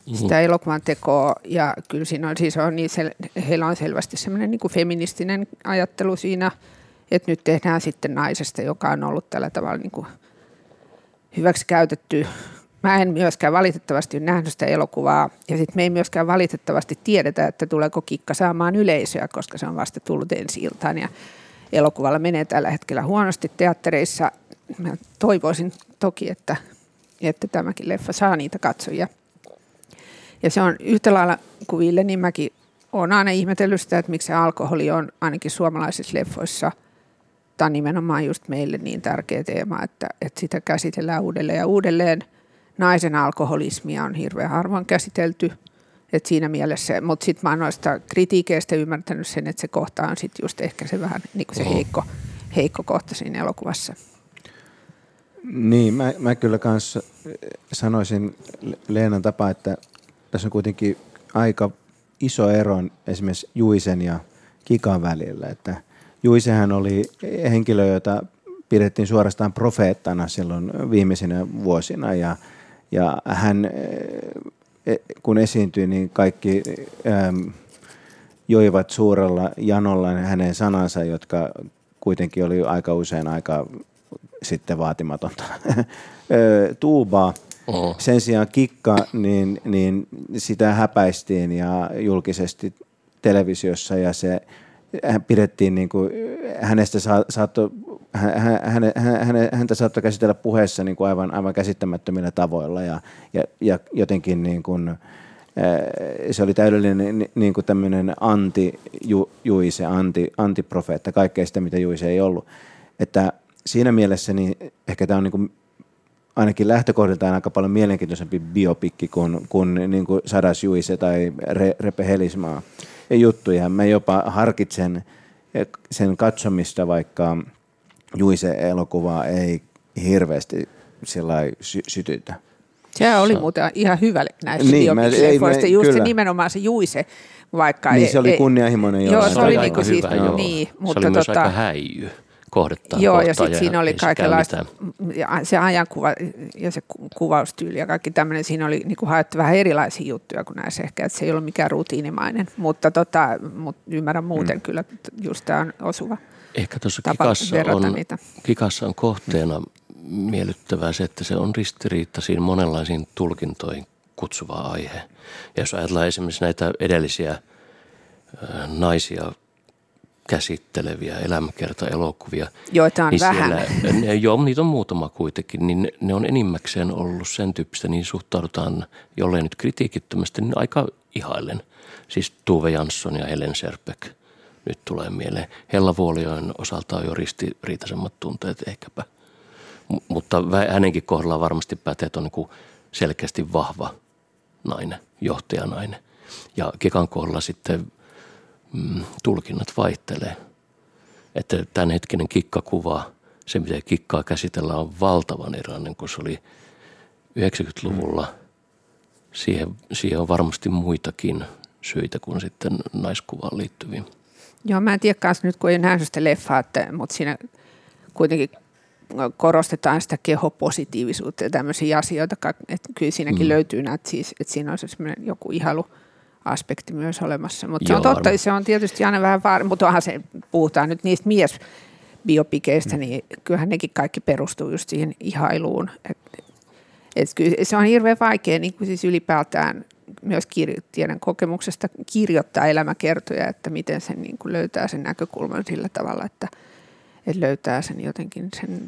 sitä elokuvan tekoa. Ja kyllä siinä on, siis on niin heillä on selvästi semmoinen niin kuin feministinen ajattelu siinä, että nyt tehdään sitten naisesta, joka on ollut tällä tavalla niin kuin hyväksi käytetty. Mä en myöskään valitettavasti ole nähnyt sitä elokuvaa, ja sitten me ei myöskään valitettavasti tiedetä, että tuleeko Kikka saamaan yleisöä, koska se on vasta tullut ensi-iltaan, ja elokuvalla menee tällä hetkellä huonosti teattereissa. Mä toivoisin toki, että tämäkin leffa saa niitä katsojia. Ja se on yhtä lailla kuin Ville, niin mäkin olen aina ihmetellyt sitä, että miksi se alkoholi on ainakin suomalaisissa leffoissa. Tämä on nimenomaan just meille niin tärkeä teema, että sitä käsitellään uudelleen ja uudelleen. Naisen alkoholismia on hirveän harvoin käsitelty, että siinä mielessä, mutta sitten mä oon noista kritiikeistä ymmärtänyt sen, että se kohta on sitten just ehkä se vähän niin kuin se heikko kohta siinä elokuvassa. Niin, mä kyllä kanssa sanoisin Leenan tapaa, että tässä on kuitenkin aika iso ero esimerkiksi Juisen ja Kikan välillä, että Juisehän oli henkilö, jota pidettiin suorastaan profeettana silloin viimeisinä vuosina ja hän, kun esiintyi, niin kaikki joivat suurella janolla hänen sanansa, jotka kuitenkin oli aika usein aika sitten vaatimatonta tuubaa. Sen sijaan Kikka, niin sitä häpäistiin ja julkisesti televisiossa ja se pidettiin niin kuin, häntä saattoi käsitellä puheessa niin kuin aivan käsittämättömillä tavoilla ja jotenkin niin kuin, se oli täydellinen niin kuin tämmöinen anti-Juise, antiprofeetta, kaikkea sitä mitä Juise ei ollut. Että siinä mielessä niin ehkä tämä on niin kuin ainakin lähtökohdiltaan aika paljon mielenkiintoisempi biopikki kuin niin kuin Sadas Juise tai Repe Helismaa juttuja. Mä jopa harkitsen sen katsomista, vaikka Juise-elokuvaa ei hirveästi sytytä. Se oli muuten ihan hyvä näistä biopikki-leffoista, just se nimenomaan se Juise. Vaikka niin se oli kunnianhimoinen. Joo, se oli aika siis, hyvä. niin, mutta se oli myös aika häijy. Joo, ja sitten siinä oli kaikenlaista, se ajankuva ja se kuvaustyyli ja kaikki tämmöinen, siinä oli niin kuin haettu vähän erilaisia juttuja kuin näissä ehkä, että se ei ollut mikään rutiinimainen, mutta ymmärrän muuten kyllä, että just tämä on osuva ehkä tuossa Kikassa on kohteena miellyttävää se, että se on ristiriitaisiin monenlaisiin tulkintoihin kutsuva aihe. Ja jos ajatellaan esimerkiksi näitä edellisiä naisia käsitteleviä elämäkerta-elokuvia. Joita on niin vähän. Niitä on muutama kuitenkin, niin ne on enimmäkseen ollut sen tyyppistä, niin suhtaudutaan, jollei nyt kritiikittömästi, niin aika ihaillen. Siis Tove Jansson ja Helen Serbeck nyt tulee mieleen. Hella Vuolijoen osalta on jo ristiriitaisemmat tunteet ehkäpä. Mutta hänenkin kohdallaan varmasti pätee, että on niin selkeästi vahva nainen, johtajanainen. Ja Kikan kohdalla sitten tulkinnat vaihtelee. Että tämänhetkinen Kikka-kuva, se miten Kikkaa käsitellään, on valtavan erilainen kuin se oli 90-luvulla. Siihen on varmasti muitakin syitä kuin sitten naiskuvaan liittyviin. Joo, mä en tiedä kanssa nyt, kun ei nähnyt sitä leffaa, mutta siinä kuitenkin korostetaan sitä kehopositiivisuutta ja tämmöisiä asioita, että kyllä siinäkin löytyy näitä siis, että siinä on semmoinen joku ihailuaspekti myös olemassa, mutta se on totta, se on tietysti aina vähän mutta onhan se, puhutaan nyt niistä miesbiopikeistä, niin kyllähän nekin kaikki perustuu just siihen ihailuun, että kyllä se on hirveän vaikea, niin kuin siis ylipäätään myös tiedän kokemuksesta kirjoittaa elämäkertoja, että miten sen niin kuin löytää sen näkökulman sillä tavalla, että löytää sen jotenkin sen,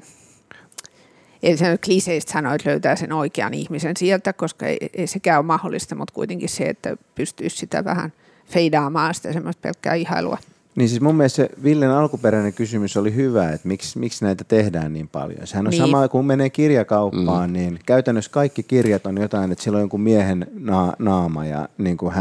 ei se nyt kliseistä sanoa, että löytää sen oikean ihmisen sieltä, koska ei sekään ole mahdollista, mutta kuitenkin se, että pystyisi sitä vähän feidaamaan sitä semmoista pelkkää ihailua. Niin siis mun mielestä se Villen alkuperäinen kysymys oli hyvä, että miksi näitä tehdään niin paljon. Sehän on niin. Sama, kun menee kirjakauppaan, niin käytännössä kaikki kirjat on jotain, että sillä on jonkun miehen naama ja niin kuin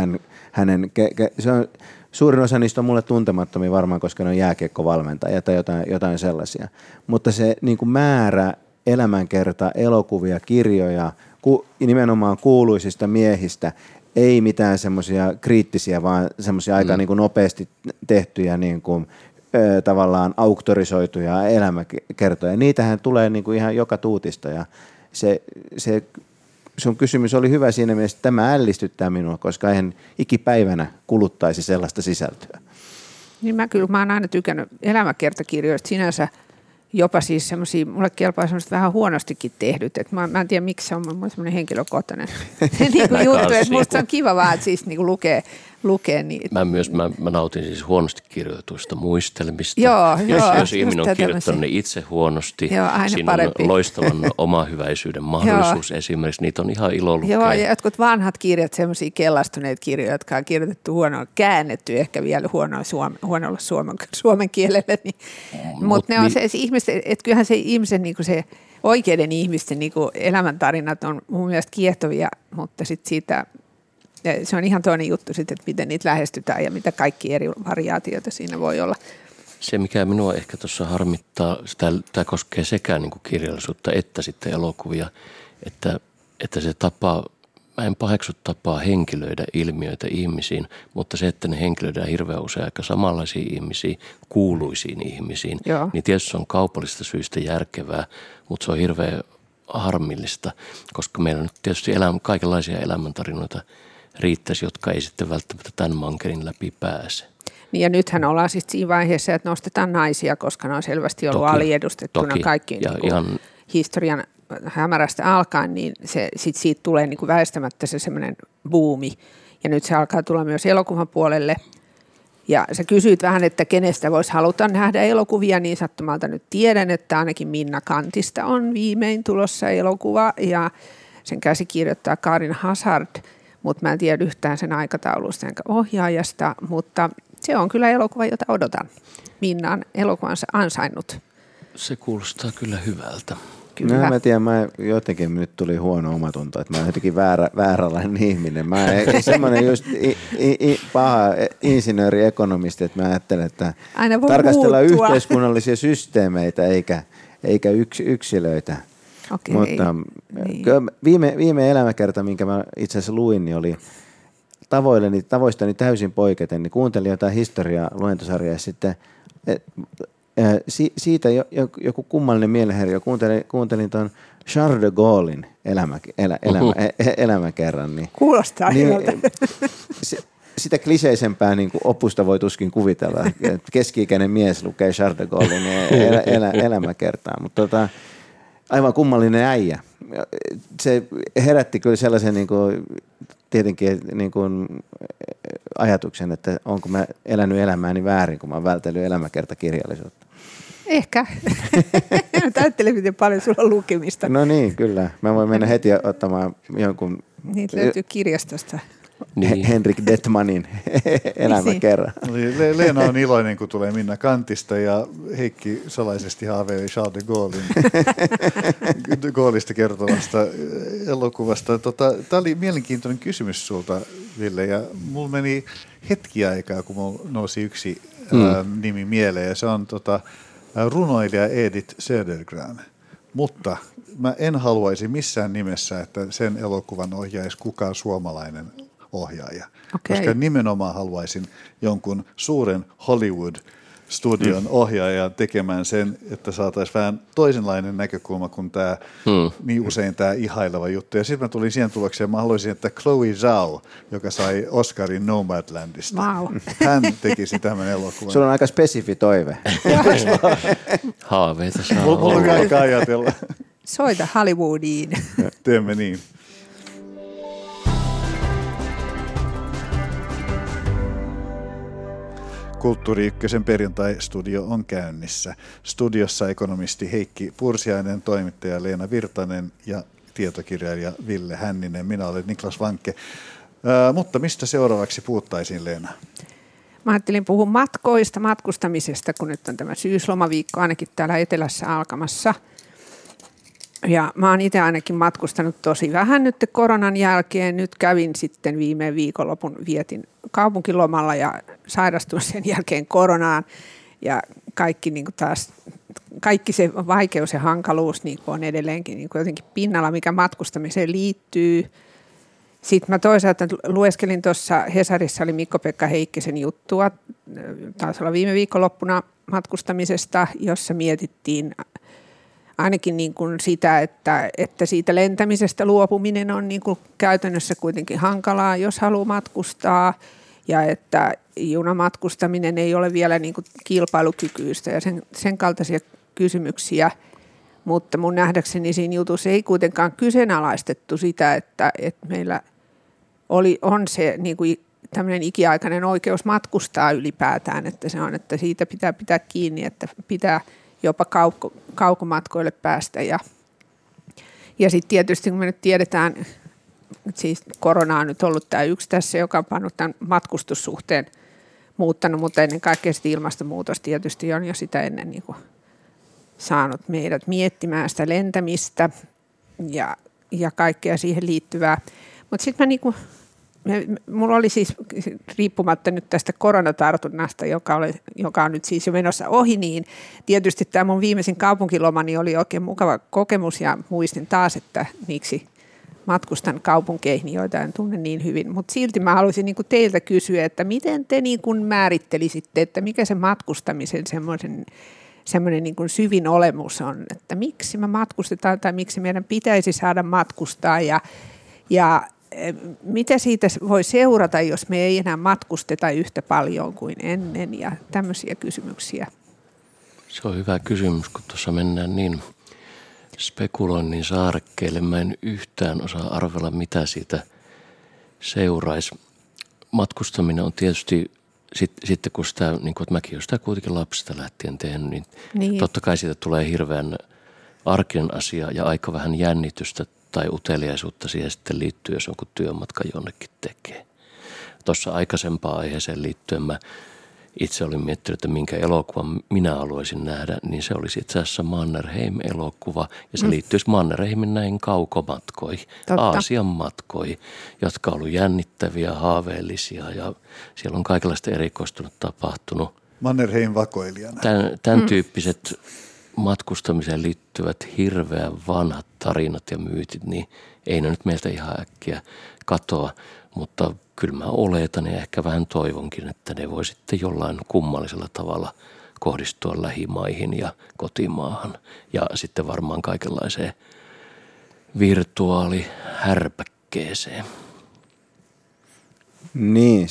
se on, suurin osa niistä on mulle tuntemattomia varmaan, koska ne on jääkiekkovalmentajia tai jotain sellaisia. Mutta se niin kuin määrä elämänkerta, elokuvia, kirjoja, nimenomaan kuuluisista miehistä, ei mitään semmoisia kriittisiä, vaan semmoisia aika niin kuin nopeasti tehtyjä niin kuin, tavallaan auktorisoituja elämäkertoja. Niitähän tulee niin kuin ihan joka tuutista ja se sun kysymys oli hyvä siinä mielessä, että tämä ällistyttää minua, koska en ikipäivänä kuluttaisi sellaista sisältöä. Niin mä oon aina tykännyt elämäkertakirjoista sinänsä, jopa siis semmoisia, mulle kelpaa semmoiset vähän huonostikin tehdyt, että mä en tiedä miksi se on semmoinen henkilökohtainen niin kuin juttu, että musta on kiva vaan, että siis niin kuin lukee niitä. Mä nautin siis huonosti kirjoituista muistelmista. Jos ihminen on kirjoittanut ne itse huonosti, siinä parempi. On loistavan omahyväisyyden mahdollisuus esimerkiksi, niitä on ihan ilo lukea. Joo, ja jotkut vanhat kirjat, semmoisia kellastuneita kirjoja, jotka on kirjoitettu huonolla, käännetty ehkä vielä huonolla suomen kielellä, niin, mutta ne on se ihmisten, että kyllähän se ihmisen niin kuin se oikeiden ihmisten niin kuin elämäntarinat on mun mielestä kiehtovia, mutta sitten siitä se on ihan toinen juttu sitten, että miten niitä lähestytään ja mitä kaikki eri variaatioita siinä voi olla. Se, mikä minua ehkä tuossa harmittaa, tämä koskee sekä niin kuin kirjallisuutta että sitten elokuvia, että se tapa, mä en paheksu tapaa henkilöidä ilmiöitä ihmisiin, mutta se, että ne henkilöidään hirveän usein aika samanlaisiin ihmisiin, kuuluisiin ihmisiin, niin tietysti se on kaupallisista syistä järkevää, mutta se on hirveän harmillista, koska meillä on nyt tietysti kaikenlaisia elämäntarinoita riittäisi, jotka ei sitten välttämättä tämän mankelin läpi pääse. Niin ja nythän ollaan sitten siinä vaiheessa, että nostetaan naisia, koska ne on selvästi ollut aliedustettuna kaikkiin niin historian hämärästä alkaen, niin siitä tulee niin kuin väistämättä se semmoinen buumi. Ja nyt se alkaa tulla myös elokuvan puolelle. Ja sä kysyit vähän, että kenestä voisi haluta nähdä elokuvia, niin sattumalta nyt tiedän, että ainakin Minna Kantista on viimein tulossa elokuva ja sen käsikirjoittaa Karin Hazard, mutta mä en tiedä yhtään sen aikataulusta enkä ohjaajasta, mutta se on kyllä elokuva, jota odotan. Minna on elokuvansa ansainnut. Se kuulostaa kyllä hyvältä. Kyllä. No, mä tiedän, jotenkin nyt tuli huono omatunto, että mä oon jotenkin vääränlainen ihminen. Mä semmoinen just paha insinööriekonomisti, että mä ajattelen, että tarkastellaan yhteiskunnallisia systeemeitä eikä yksilöitä. Okay. Mutta viime elämäkerta, minkä mä itse asiassa luin, niin oli tavoistani täysin poiketen, niin kuuntelin jotain historia-luentosarjaa ja sitten siitä joku kummallinen mielenherjo. Kuuntelin tuon Charles de Gaullein elämäkerran. Niin, kuulostaa hyvältä. Sitä kliseisempää niin kuin opusta voi tuskin kuvitella. Keski-ikäinen mies lukee Charles de Gaullein elämäkertaa, mutta aivan kummallinen äijä. Se herätti kyllä sellaisen niin kuin, tietenkin niin kuin, ajatuksen, että onko mä elänyt elämääni väärin, kun mä oon vältellyt elämäkertakirjallisuutta. Ehkä. Täyttele, miten paljon sulla on lukemista. No niin, kyllä. Mä voin mennä heti ottamaan jonkun... Niitä löytyy kirjastosta. Niin. Henrik Detmanin elämäkerran. Leena on iloinen, kun tulee Minna Kantista ja Heikki salaisesti haaveili Charles de Gaulleista kertovasta elokuvasta. Tämä oli mielenkiintoinen kysymys sulta, Ville, ja mulla meni hetki aikaa, kun mulla nousi yksi nimi mieleen, ja se on runoilija Edith Södergran. Mutta mä en haluaisi missään nimessä, että sen elokuvan ohjaisi kukaan suomalainen ohjaaja. Okay. Koska nimenomaan haluaisin jonkun suuren Hollywood-studion ohjaajan tekemään sen, että saataisiin vähän toisenlainen näkökulma kuin tämä, niin usein tämä ihaileva juttu. Ja sitten mä tulin siihen tulokseen, mä haluaisin, että Chloe Zhao, joka sai Oscarin Nomadlandista, hän tekisi tämän elokuvan. Sulla on aika spesifi toive. Haaveita saa olla. Mulla on aika ajatella. Soita Hollywoodiin. Teemme niin. Kulttuuri Ykkösen perjantai-studio on käynnissä. Studiossa ekonomisti Heikki Pursiainen, toimittaja Leena Virtanen ja tietokirjailija Ville Hänninen. Minä olen Niklas Vankke. Mutta mistä seuraavaksi puhuttaisiin, Leena? Mä ajattelin puhua matkoista, matkustamisesta, kun nyt on tämä syyslomaviikko ainakin täällä etelässä alkamassa. Ja mä oon itse ainakin matkustanut tosi vähän nyt koronan jälkeen. Nyt kävin sitten viime viikonlopun, vietin kaupunkilomalla ja sairastuin sen jälkeen koronaan. Ja kaikki, niin kuin taas, kaikki se vaikeus ja hankaluus niin kuin on edelleenkin niin kuin jotenkin pinnalla, mikä matkustamiseen liittyy. Sitten mä toisaalta lueskelin tuossa, Hesarissa oli Mikko-Pekka Heikkisen juttua, taisi olla viime viikonloppuna matkustamisesta, jossa mietittiin ainakin niin kuin sitä, että siitä lentämisestä luopuminen on niin kuin käytännössä kuitenkin hankalaa, jos haluaa matkustaa, ja että junamatkustaminen ei ole vielä niin kuin kilpailukykyistä ja sen kaltaisia kysymyksiä, mutta mun nähdäkseni siinä jutussa ei kuitenkaan kyseenalaistettu sitä, että meillä on se niin kuin tämmöinen ikiaikainen oikeus matkustaa ylipäätään, että se on, että siitä pitää pitää kiinni, että pitää jopa kaukomatkoille päästä. Ja sitten tietysti kun me nyt tiedetään, siis korona on nyt ollut tämä yksi tässä, joka on pannut tämän matkustussuhteen muuttanut, mutta ennen kaikkea sitten ilmastonmuutos tietysti on jo sitä ennen niin kuin saanut meidät miettimään sitä lentämistä ja kaikkea siihen liittyvää. Mutta sitten mulla oli siis, riippumatta nyt tästä koronatartunnasta, joka on nyt siis jo menossa ohi, niin tietysti tämä mun viimeisin kaupunkilomani oli oikein mukava kokemus ja muistin taas, että miksi matkustan kaupunkeihin, joita en tunne niin hyvin. Mutta silti mä haluaisin niin kuin teiltä kysyä, että miten te niin kuin määrittelisitte, että mikä se matkustamisen semmoinen niin kuin syvin olemus on, että miksi me matkustetaan tai miksi meidän pitäisi saada matkustaa ja mitä siitä voi seurata, jos me ei enää matkusteta yhtä paljon kuin ennen ja tämmöisiä kysymyksiä? Se on hyvä kysymys, kun tuossa mennään niin spekuloinnin saarekkeelle. Mä en yhtään osaa arvella, mitä siitä seuraisi. Matkustaminen on tietysti, sitten kun sitä, niin kuin, että mäkin olen sitä kuitenkin lapsesta lähtien tehnyt, niin totta kai siitä tulee hirveän arkinen asia ja aika vähän jännitystä tai uteliaisuutta siihen sitten liittyy, jos jonkun työmatka jonnekin tekee. Tuossa aikaisempaan aiheeseen liittyen mä itse olin miettinyt, että minkä elokuvan minä haluaisin nähdä, niin se olisi itse asiassa Mannerheim-elokuva, ja se liittyisi Mannerheimin näihin kaukomatkoihin, Aasian matkoihin, jotka on ollut jännittäviä, haaveellisia, ja siellä on kaikenlaista erikoistunut tapahtunut. Mannerheim vakoilijana. Tämän tyyppiset matkustamiseen liittyvät hirveän vanhat tarinat ja myytit, niin ei ne nyt meiltä ihan äkkiä katoa, mutta kyllä mä oletan ja ehkä vähän toivonkin, että ne voi sitten jollain kummallisella tavalla kohdistua lähimaihin ja kotimaahan ja sitten varmaan kaikenlaiseen virtuaalihärpäkkeeseen. Niin,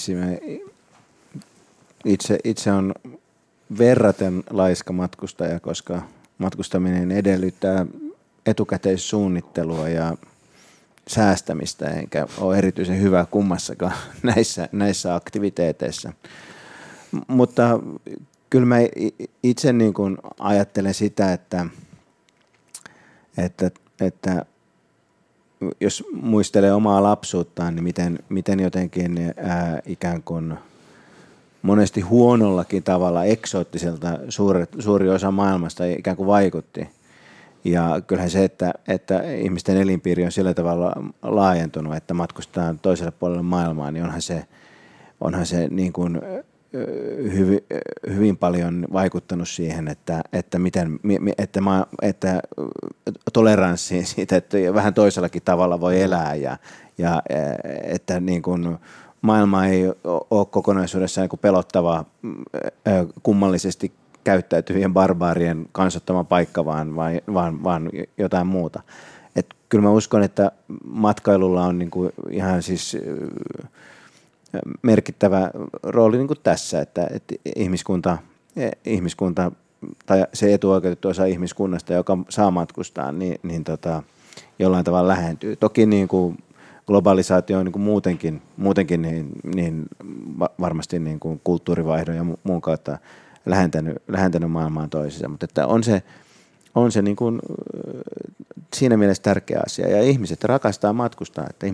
itse on verraten laiska matkustaja, koska matkustaminen edellyttää etukäteissuunnittelua ja säästämistä, enkä ole erityisen hyvä kummassakaan näissä aktiviteeteissa. Mutta kyllä mä itse niin kuin ajattelen sitä, että jos muistelee omaa lapsuuttaan, niin miten jotenkin ikään kuin monesti huonollakin tavalla eksoottiselta suuri osa maailmasta ikään kuin vaikutti. Ja kyllähän se, että ihmisten elinpiiri on sillä tavalla laajentunut, että matkustetaan toiselle puolelle maailmaa, niin onhan se niin kuin hyvin paljon vaikuttanut siihen, että toleranssiin siitä, että vähän toisellakin tavalla voi elää ja että niin kuin maailma ei ole kokonaisuudessaan niin kuin pelottava kummallisesti käyttäytyvien barbaarien kansottama paikka, vaan jotain muuta. Et kyllä mä uskon, että matkailulla on niin kuin ihan siis merkittävä rooli niin kuin tässä, että ihmiskunta tai se etuoikeutettu osa ihmiskunnasta, joka saa matkustaa, niin jollain tavalla lähentyy. Toki niin kuin globalisaatio on niin kuin muutenkin niin varmasti niin kuin kulttuurivaihdon ja muun kautta lähentänyt maailmaan toisiinsa, mutta että on se niin kuin siinä mielessä tärkeä asia. Ja ihmiset rakastaa matkustaa, että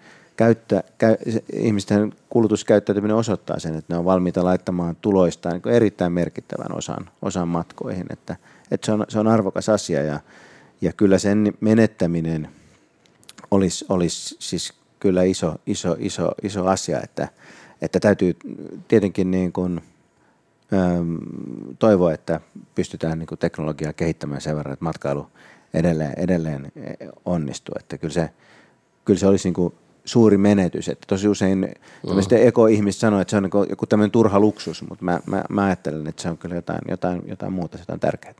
ihmisten kulutuskäyttäytyminen osoittaa sen, että ne on valmiita laittamaan tuloistaan niin kuin erittäin merkittävän osan matkoihin, että se on arvokas asia ja kyllä sen menettäminen olisi siis kyllä iso asia, että täytyy tietenkin niin kuin toivoa, että pystytään niin kuin teknologiaa kehittämään sen verran, että matkailu edelleen onnistuu. Että kyllä se olisi niin kuin suuri menetys. Että tosi usein tämmöiset ekoihmiset sanoo, että se on niin kuin joku tämmöinen turha luksus, mutta mä ajattelen, että se on kyllä jotain muuta, jotain tärkeää.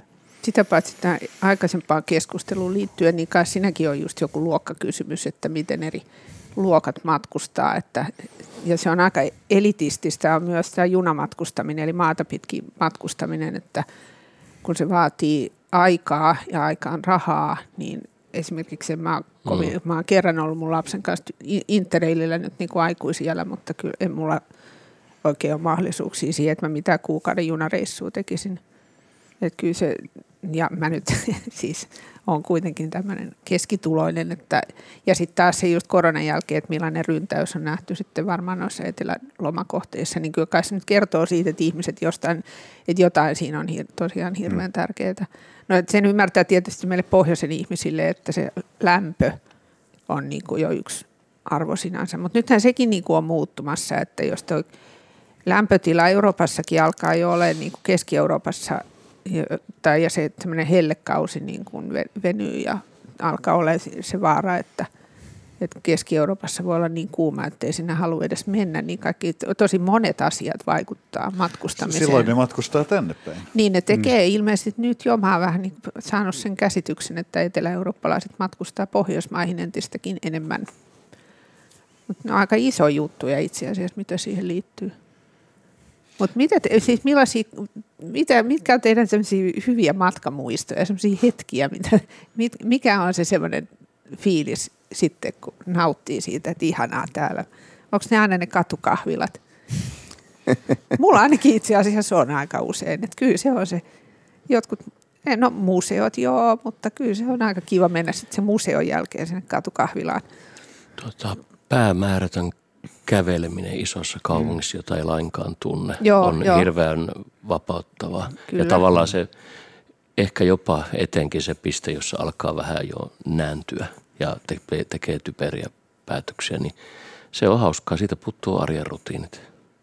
Sitä paitsi tähän aikaisempaan keskusteluun liittyen, niin kai siinäkin on just joku luokkakysymys, että miten eri luokat matkustaa. Ja se on aika elitististä on myös tämä junamatkustaminen, eli maata pitkin matkustaminen, että kun se vaatii aikaa ja aikaan rahaa, niin esimerkiksi mä oon kerran ollut mun lapsen kanssa Interrailillä nyt niin kuin aikuisiällä, mutta kyllä en mulla oikein ole mahdollisuuksia siihen, että mä mitään kuukauden junareissua tekisin. Että kyllä se, ja mä nyt siis on kuitenkin tämmöinen keskituloinen, ja sitten taas se just koronan jälkeen, että millainen ryntäys on nähty sitten varmaan noissa etelälomakohteissa, niin kyllä kai se nyt kertoo siitä, että ihmiset että jotain siinä on tosiaan hirveän tärkeää. No että sen ymmärtää tietysti meille pohjoisen ihmisille, että se lämpö on niin kuin jo yksi arvo sinänsä, mutta nythän sekin niin kuin on muuttumassa, että jos tuo lämpötila Euroopassakin alkaa jo olla niin kuin Keski-Euroopassa, ja se tämmöinen hellekausi niin kuin venyy ja alkaa olla se vaara, että Keski-Euroopassa voi olla niin kuuma, ettei sinne halua edes mennä, niin kaikki tosi monet asiat vaikuttaa matkustamiseen. Silloin ne matkustaa tänne päin. Niin ne tekee ilmeisesti nyt jo, mä oon vähän niin saanut sen käsityksen, että etelä-eurooppalaiset matkustaa Pohjoismaihin entistäkin enemmän. Mutta ne on aika iso juttuja itse asiassa, mitä siihen liittyy. Mutta mitkä on teidän sellaisia hyviä matkamuistoja, sellaisia hetkiä, mikä on se semmoinen fiilis sitten, kun nauttii siitä, että ihanaa täällä? Onko ne aina ne katukahvilat? Mulla ainakin itse asiassa on aika usein, että kyllä se on se, museot joo, mutta kyllä se on aika kiva mennä sitten sen museon jälkeen sinne katukahvilaan. Päämäärätön käveleminen isossa kaupungissa, jota ei lainkaan tunne, on hirveän vapauttavaa. Kyllä. Ja tavallaan se ehkä jopa etenkin se piste, jossa alkaa vähän jo nääntyä ja tekee typeriä päätöksiä, niin se on hauskaa. Siitä puuttuu arjen rutiinit.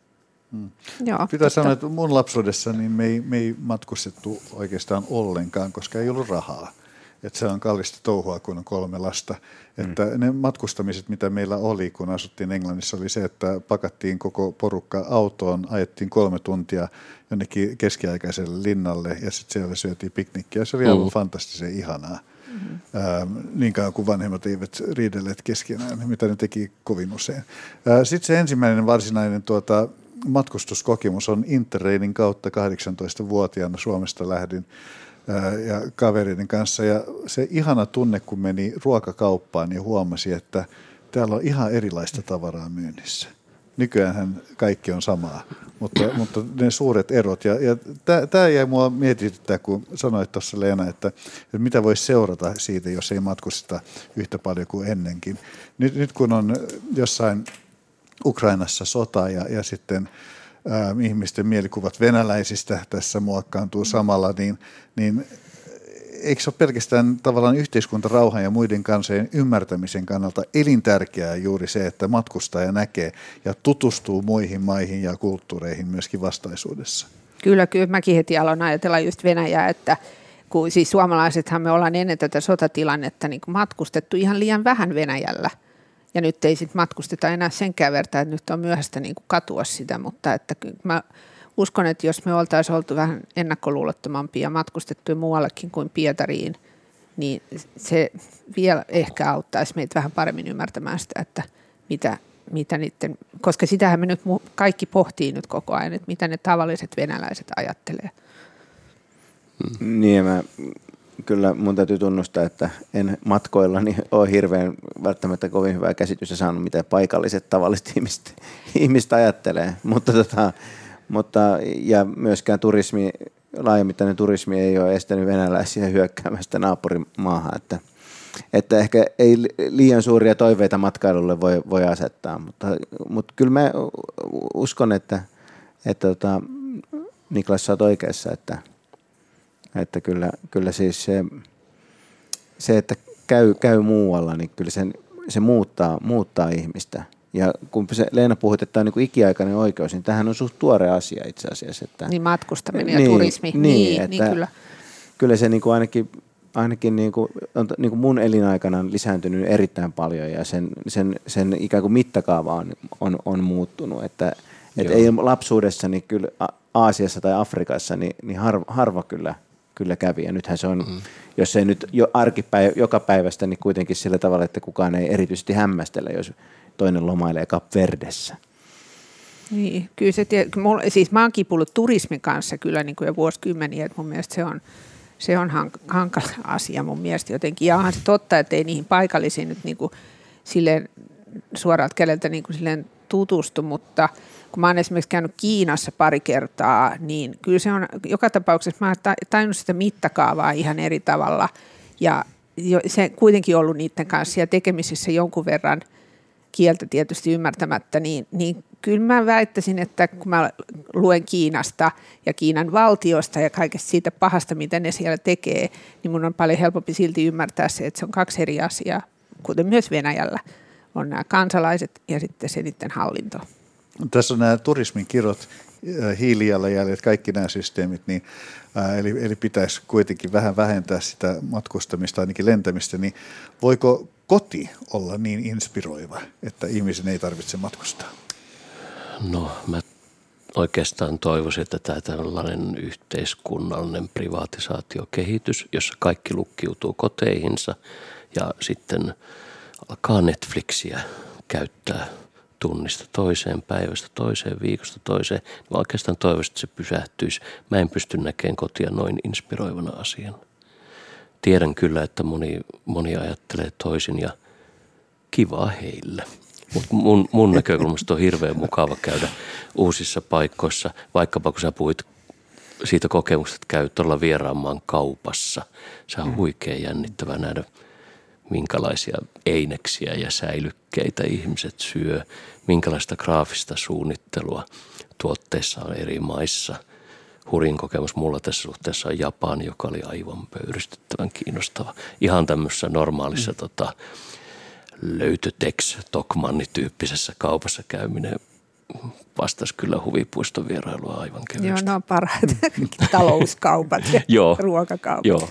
Pitää sanoa, että mun lapsuudessa niin me ei matkustettu oikeastaan ollenkaan, koska ei ollut rahaa. Että se on kallista touhua, kun on 3 lasta. Että ne matkustamiset, mitä meillä oli, kun asuttiin Englannissa, oli se, että pakattiin koko porukka autoon, ajettiin 3 tuntia jonnekin keskiaikaiselle linnalle ja sitten siellä syötiin piknikkiä. Se oli aivan fantastisen ihanaa. Niin kauan kuin vanhemmat eivät riidelleet keskenään, mitä ne teki kovin usein. Sitten se ensimmäinen varsinainen matkustuskokemus on Interrailin kautta 18-vuotiaana Suomesta lähdin ja kavereiden kanssa. Ja se ihana tunne, kun meni ruokakauppaan ja huomasi, että täällä on ihan erilaista tavaraa myynnissä. Nykyäänhän kaikki on samaa, mutta ne suuret erot. Ja tämä jäi mua mietityttää, kun sanoit tuossa Leena, että mitä voisi seurata siitä, jos ei matkusteta yhtä paljon kuin ennenkin. Nyt kun on jossain Ukrainassa sota ja sitten ihmisten mielikuvat venäläisistä tässä muokkaantuu samalla, niin eikö se ole pelkästään tavallaan yhteiskuntarauhan ja muiden kansojen ymmärtämisen kannalta elintärkeää juuri se, että matkustaa ja näkee ja tutustuu muihin maihin ja kulttuureihin myöskin vastaisuudessa? Kyllä mäkin heti aloin ajatella just Venäjää, että kun siis suomalaisethan me ollaan ennen tätä sotatilannetta niin kuin matkustettu ihan liian vähän Venäjällä. Ja nyt ei sitten matkusteta enää senkään verran, että nyt on myöhäistä niin kuin katua sitä, mutta että mä uskon, että jos me oltaisiin oltu vähän ennakkoluulottomampia ja matkustettu muuallekin kuin Pietariin, niin se vielä ehkä auttaisi meitä vähän paremmin ymmärtämään sitä, että mitä niiden, koska sitähän me nyt kaikki pohtii nyt koko ajan, että mitä ne tavalliset venäläiset ajattelee. Niin, kyllä mun täytyy tunnustaa, että en matkoillani ole hirveän välttämättä kovin hyvää käsitystä saanut, mitä paikalliset tavalliset ihmiset ajattelee, mutta ja myöskään laajamittainen turismi ei ole estänyt venäläisiä hyökkäämästä naapurimaahan, että ehkä ei liian suuria toiveita matkailulle voi asettaa, mutta kyllä mä uskon, että Niklas sä oot oikeassa, että kyllä siis se että käy muualla, niin kyllä se muuttaa ihmistä. Ja kun Leena puhuit, että tämä on niin kuin ikiaikainen oikeus, niin tämähän on suht tuore asia itse asiassa. Että, niin matkustaminen ja turismi. Niin kyllä. Kyllä se niin kuin ainakin niin kuin, on niin kuin mun elinaikana on lisääntynyt erittäin paljon ja sen ikään kuin mittakaava on muuttunut. Että ei lapsuudessa, niin kyllä Aasiassa tai Afrikassa, niin harva kyllä kyllä kävi. Ja nythän se on, jos ei nyt jo joka päivästä, niin kuitenkin sillä tavalla, että kukaan ei erityisesti hämmästele, jos toinen lomailee Kap Verdessä. Niin, kyllä siis mä oon kipullut turismin kanssa kyllä niin kuin jo vuosikymmeniä, että mun mielestä se on hankala asia mun mielestä jotenkin. Ja onhan se totta, että ei niihin paikallisiin nyt niin kuin silleen suoralta kädeltä niin kuin silleen tutustu, mutta kun mä oon esimerkiksi käynyt Kiinassa pari kertaa, niin kyllä se on joka tapauksessa, mä oon tajunnut sitä mittakaavaa ihan eri tavalla ja se kuitenkin ollut niiden kanssa ja tekemisissä jonkun verran kieltä tietysti ymmärtämättä, niin kyllä mä väittäisin, että kun mä luen Kiinasta ja Kiinan valtiosta ja kaikesta siitä pahasta, mitä ne siellä tekee, niin mun on paljon helpompi silti ymmärtää se, että se on kaksi eri asiaa, kuten myös Venäjällä on nämä kansalaiset ja sitten se niiden hallinto. Tässä on nämä turismin kirot, hiilijalanjäljet, kaikki nämä systeemit, niin, eli pitäisi kuitenkin vähän vähentää sitä matkustamista, ainakin lentämistä, niin voiko koti olla niin inspiroiva, että ihmisen ei tarvitse matkustaa? No mä oikeastaan toivoisin, että tämä tällainen yhteiskunnallinen privaatisaatiokehitys, jossa kaikki lukkiutuu koteihinsa ja sitten alkaa Netflixiä käyttää tunnista toiseen, päivästä toiseen, viikosta toiseen. Mä oikeastaan toivoisin, että se pysähtyisi. Mä en pysty näkemään kotia noin inspiroivana asiana. Tiedän kyllä, että moni ajattelee toisin ja kivaa heille. Mutta mun näkökulmasta on hirveän mukava käydä uusissa paikoissa, vaikkapa kun sä puhuit siitä kokemuksesta, että käy tuolla vieraan maan kaupassa. Se on huikean jännittävää nähdä, minkälaisia eineksiä ja säilykkeitä ihmiset syö, minkälaista graafista suunnittelua tuotteissa on eri maissa. Hurjin kokemus mulla tässä suhteessa on Japani, joka oli aivan pöyristyttävän kiinnostava. Ihan tämmöisessä normaalissa löytöteks Tokmanni-tyyppisessä kaupassa käyminen vastasi kyllä huvipuiston vierailua aivan kevyesti. Joo, ne on parhaat talouskaupat ja ruokakaupat. Joo.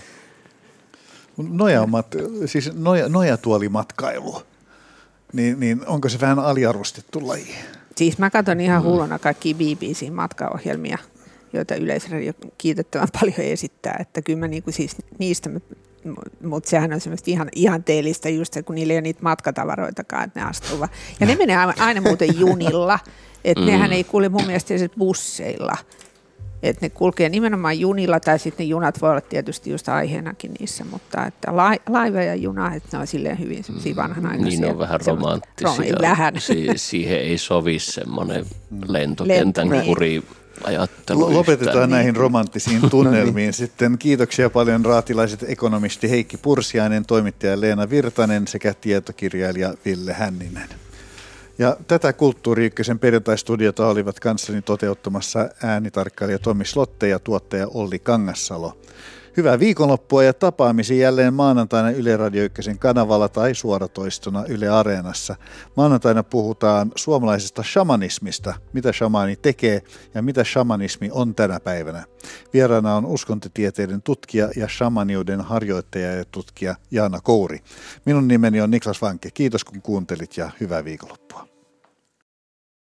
Nojatuolimatkailu, niin onko se vähän aliarvostettu laji? Siis mä katson ihan hulluna kaikkia BBC-matkaohjelmia, joita Yleisradio kiitettävän paljon esittää, että kyllä mä niinku siis niistä, mutta sehän on semmoista ihan teellistä just se, kun niillä ei ole niitä matkatavaroitakaan, että ne astuvat. Ja ne menee aina muuten junilla, että nehän ei kulje mun mielestä edes busseilla. Että ne kulkee nimenomaan junilla, tai sitten ne junat voi olla tietysti just aiheenakin niissä, mutta että laiva ja juna, että ne on silleen hyvin semmoisia vanhanaikaisia. Niin on vähän romanttisia. Vähän. Siihen ei sovi semmoinen lentokentän kuri ajattelu. Lopetetaan näihin romanttisiin tunnelmiin sitten. Kiitoksia paljon raatilaiset ekonomisti Heikki Pursiainen, toimittaja Leena Virtanen sekä tietokirjailija Ville Hänninen. Ja tätä Kulttuuri Ykkösen perjantaistudiota olivat kanssani toteuttamassa äänitarkkailija Tommi Slotte ja tuottaja Olli Kangassalo. Hyvää viikonloppua ja tapaamisia jälleen maanantaina Yle Radio Ykkösen kanavalla tai suoratoistona Yle Areenassa. Maanantaina puhutaan suomalaisesta shamanismista, mitä shamaani tekee ja mitä shamanismi on tänä päivänä. Vieraana on uskontotieteiden tutkija ja shamaniuden harjoittaja ja tutkija Jaana Kouri. Minun nimeni on Niklas Vanke. Kiitos kun kuuntelit ja hyvää viikonloppua.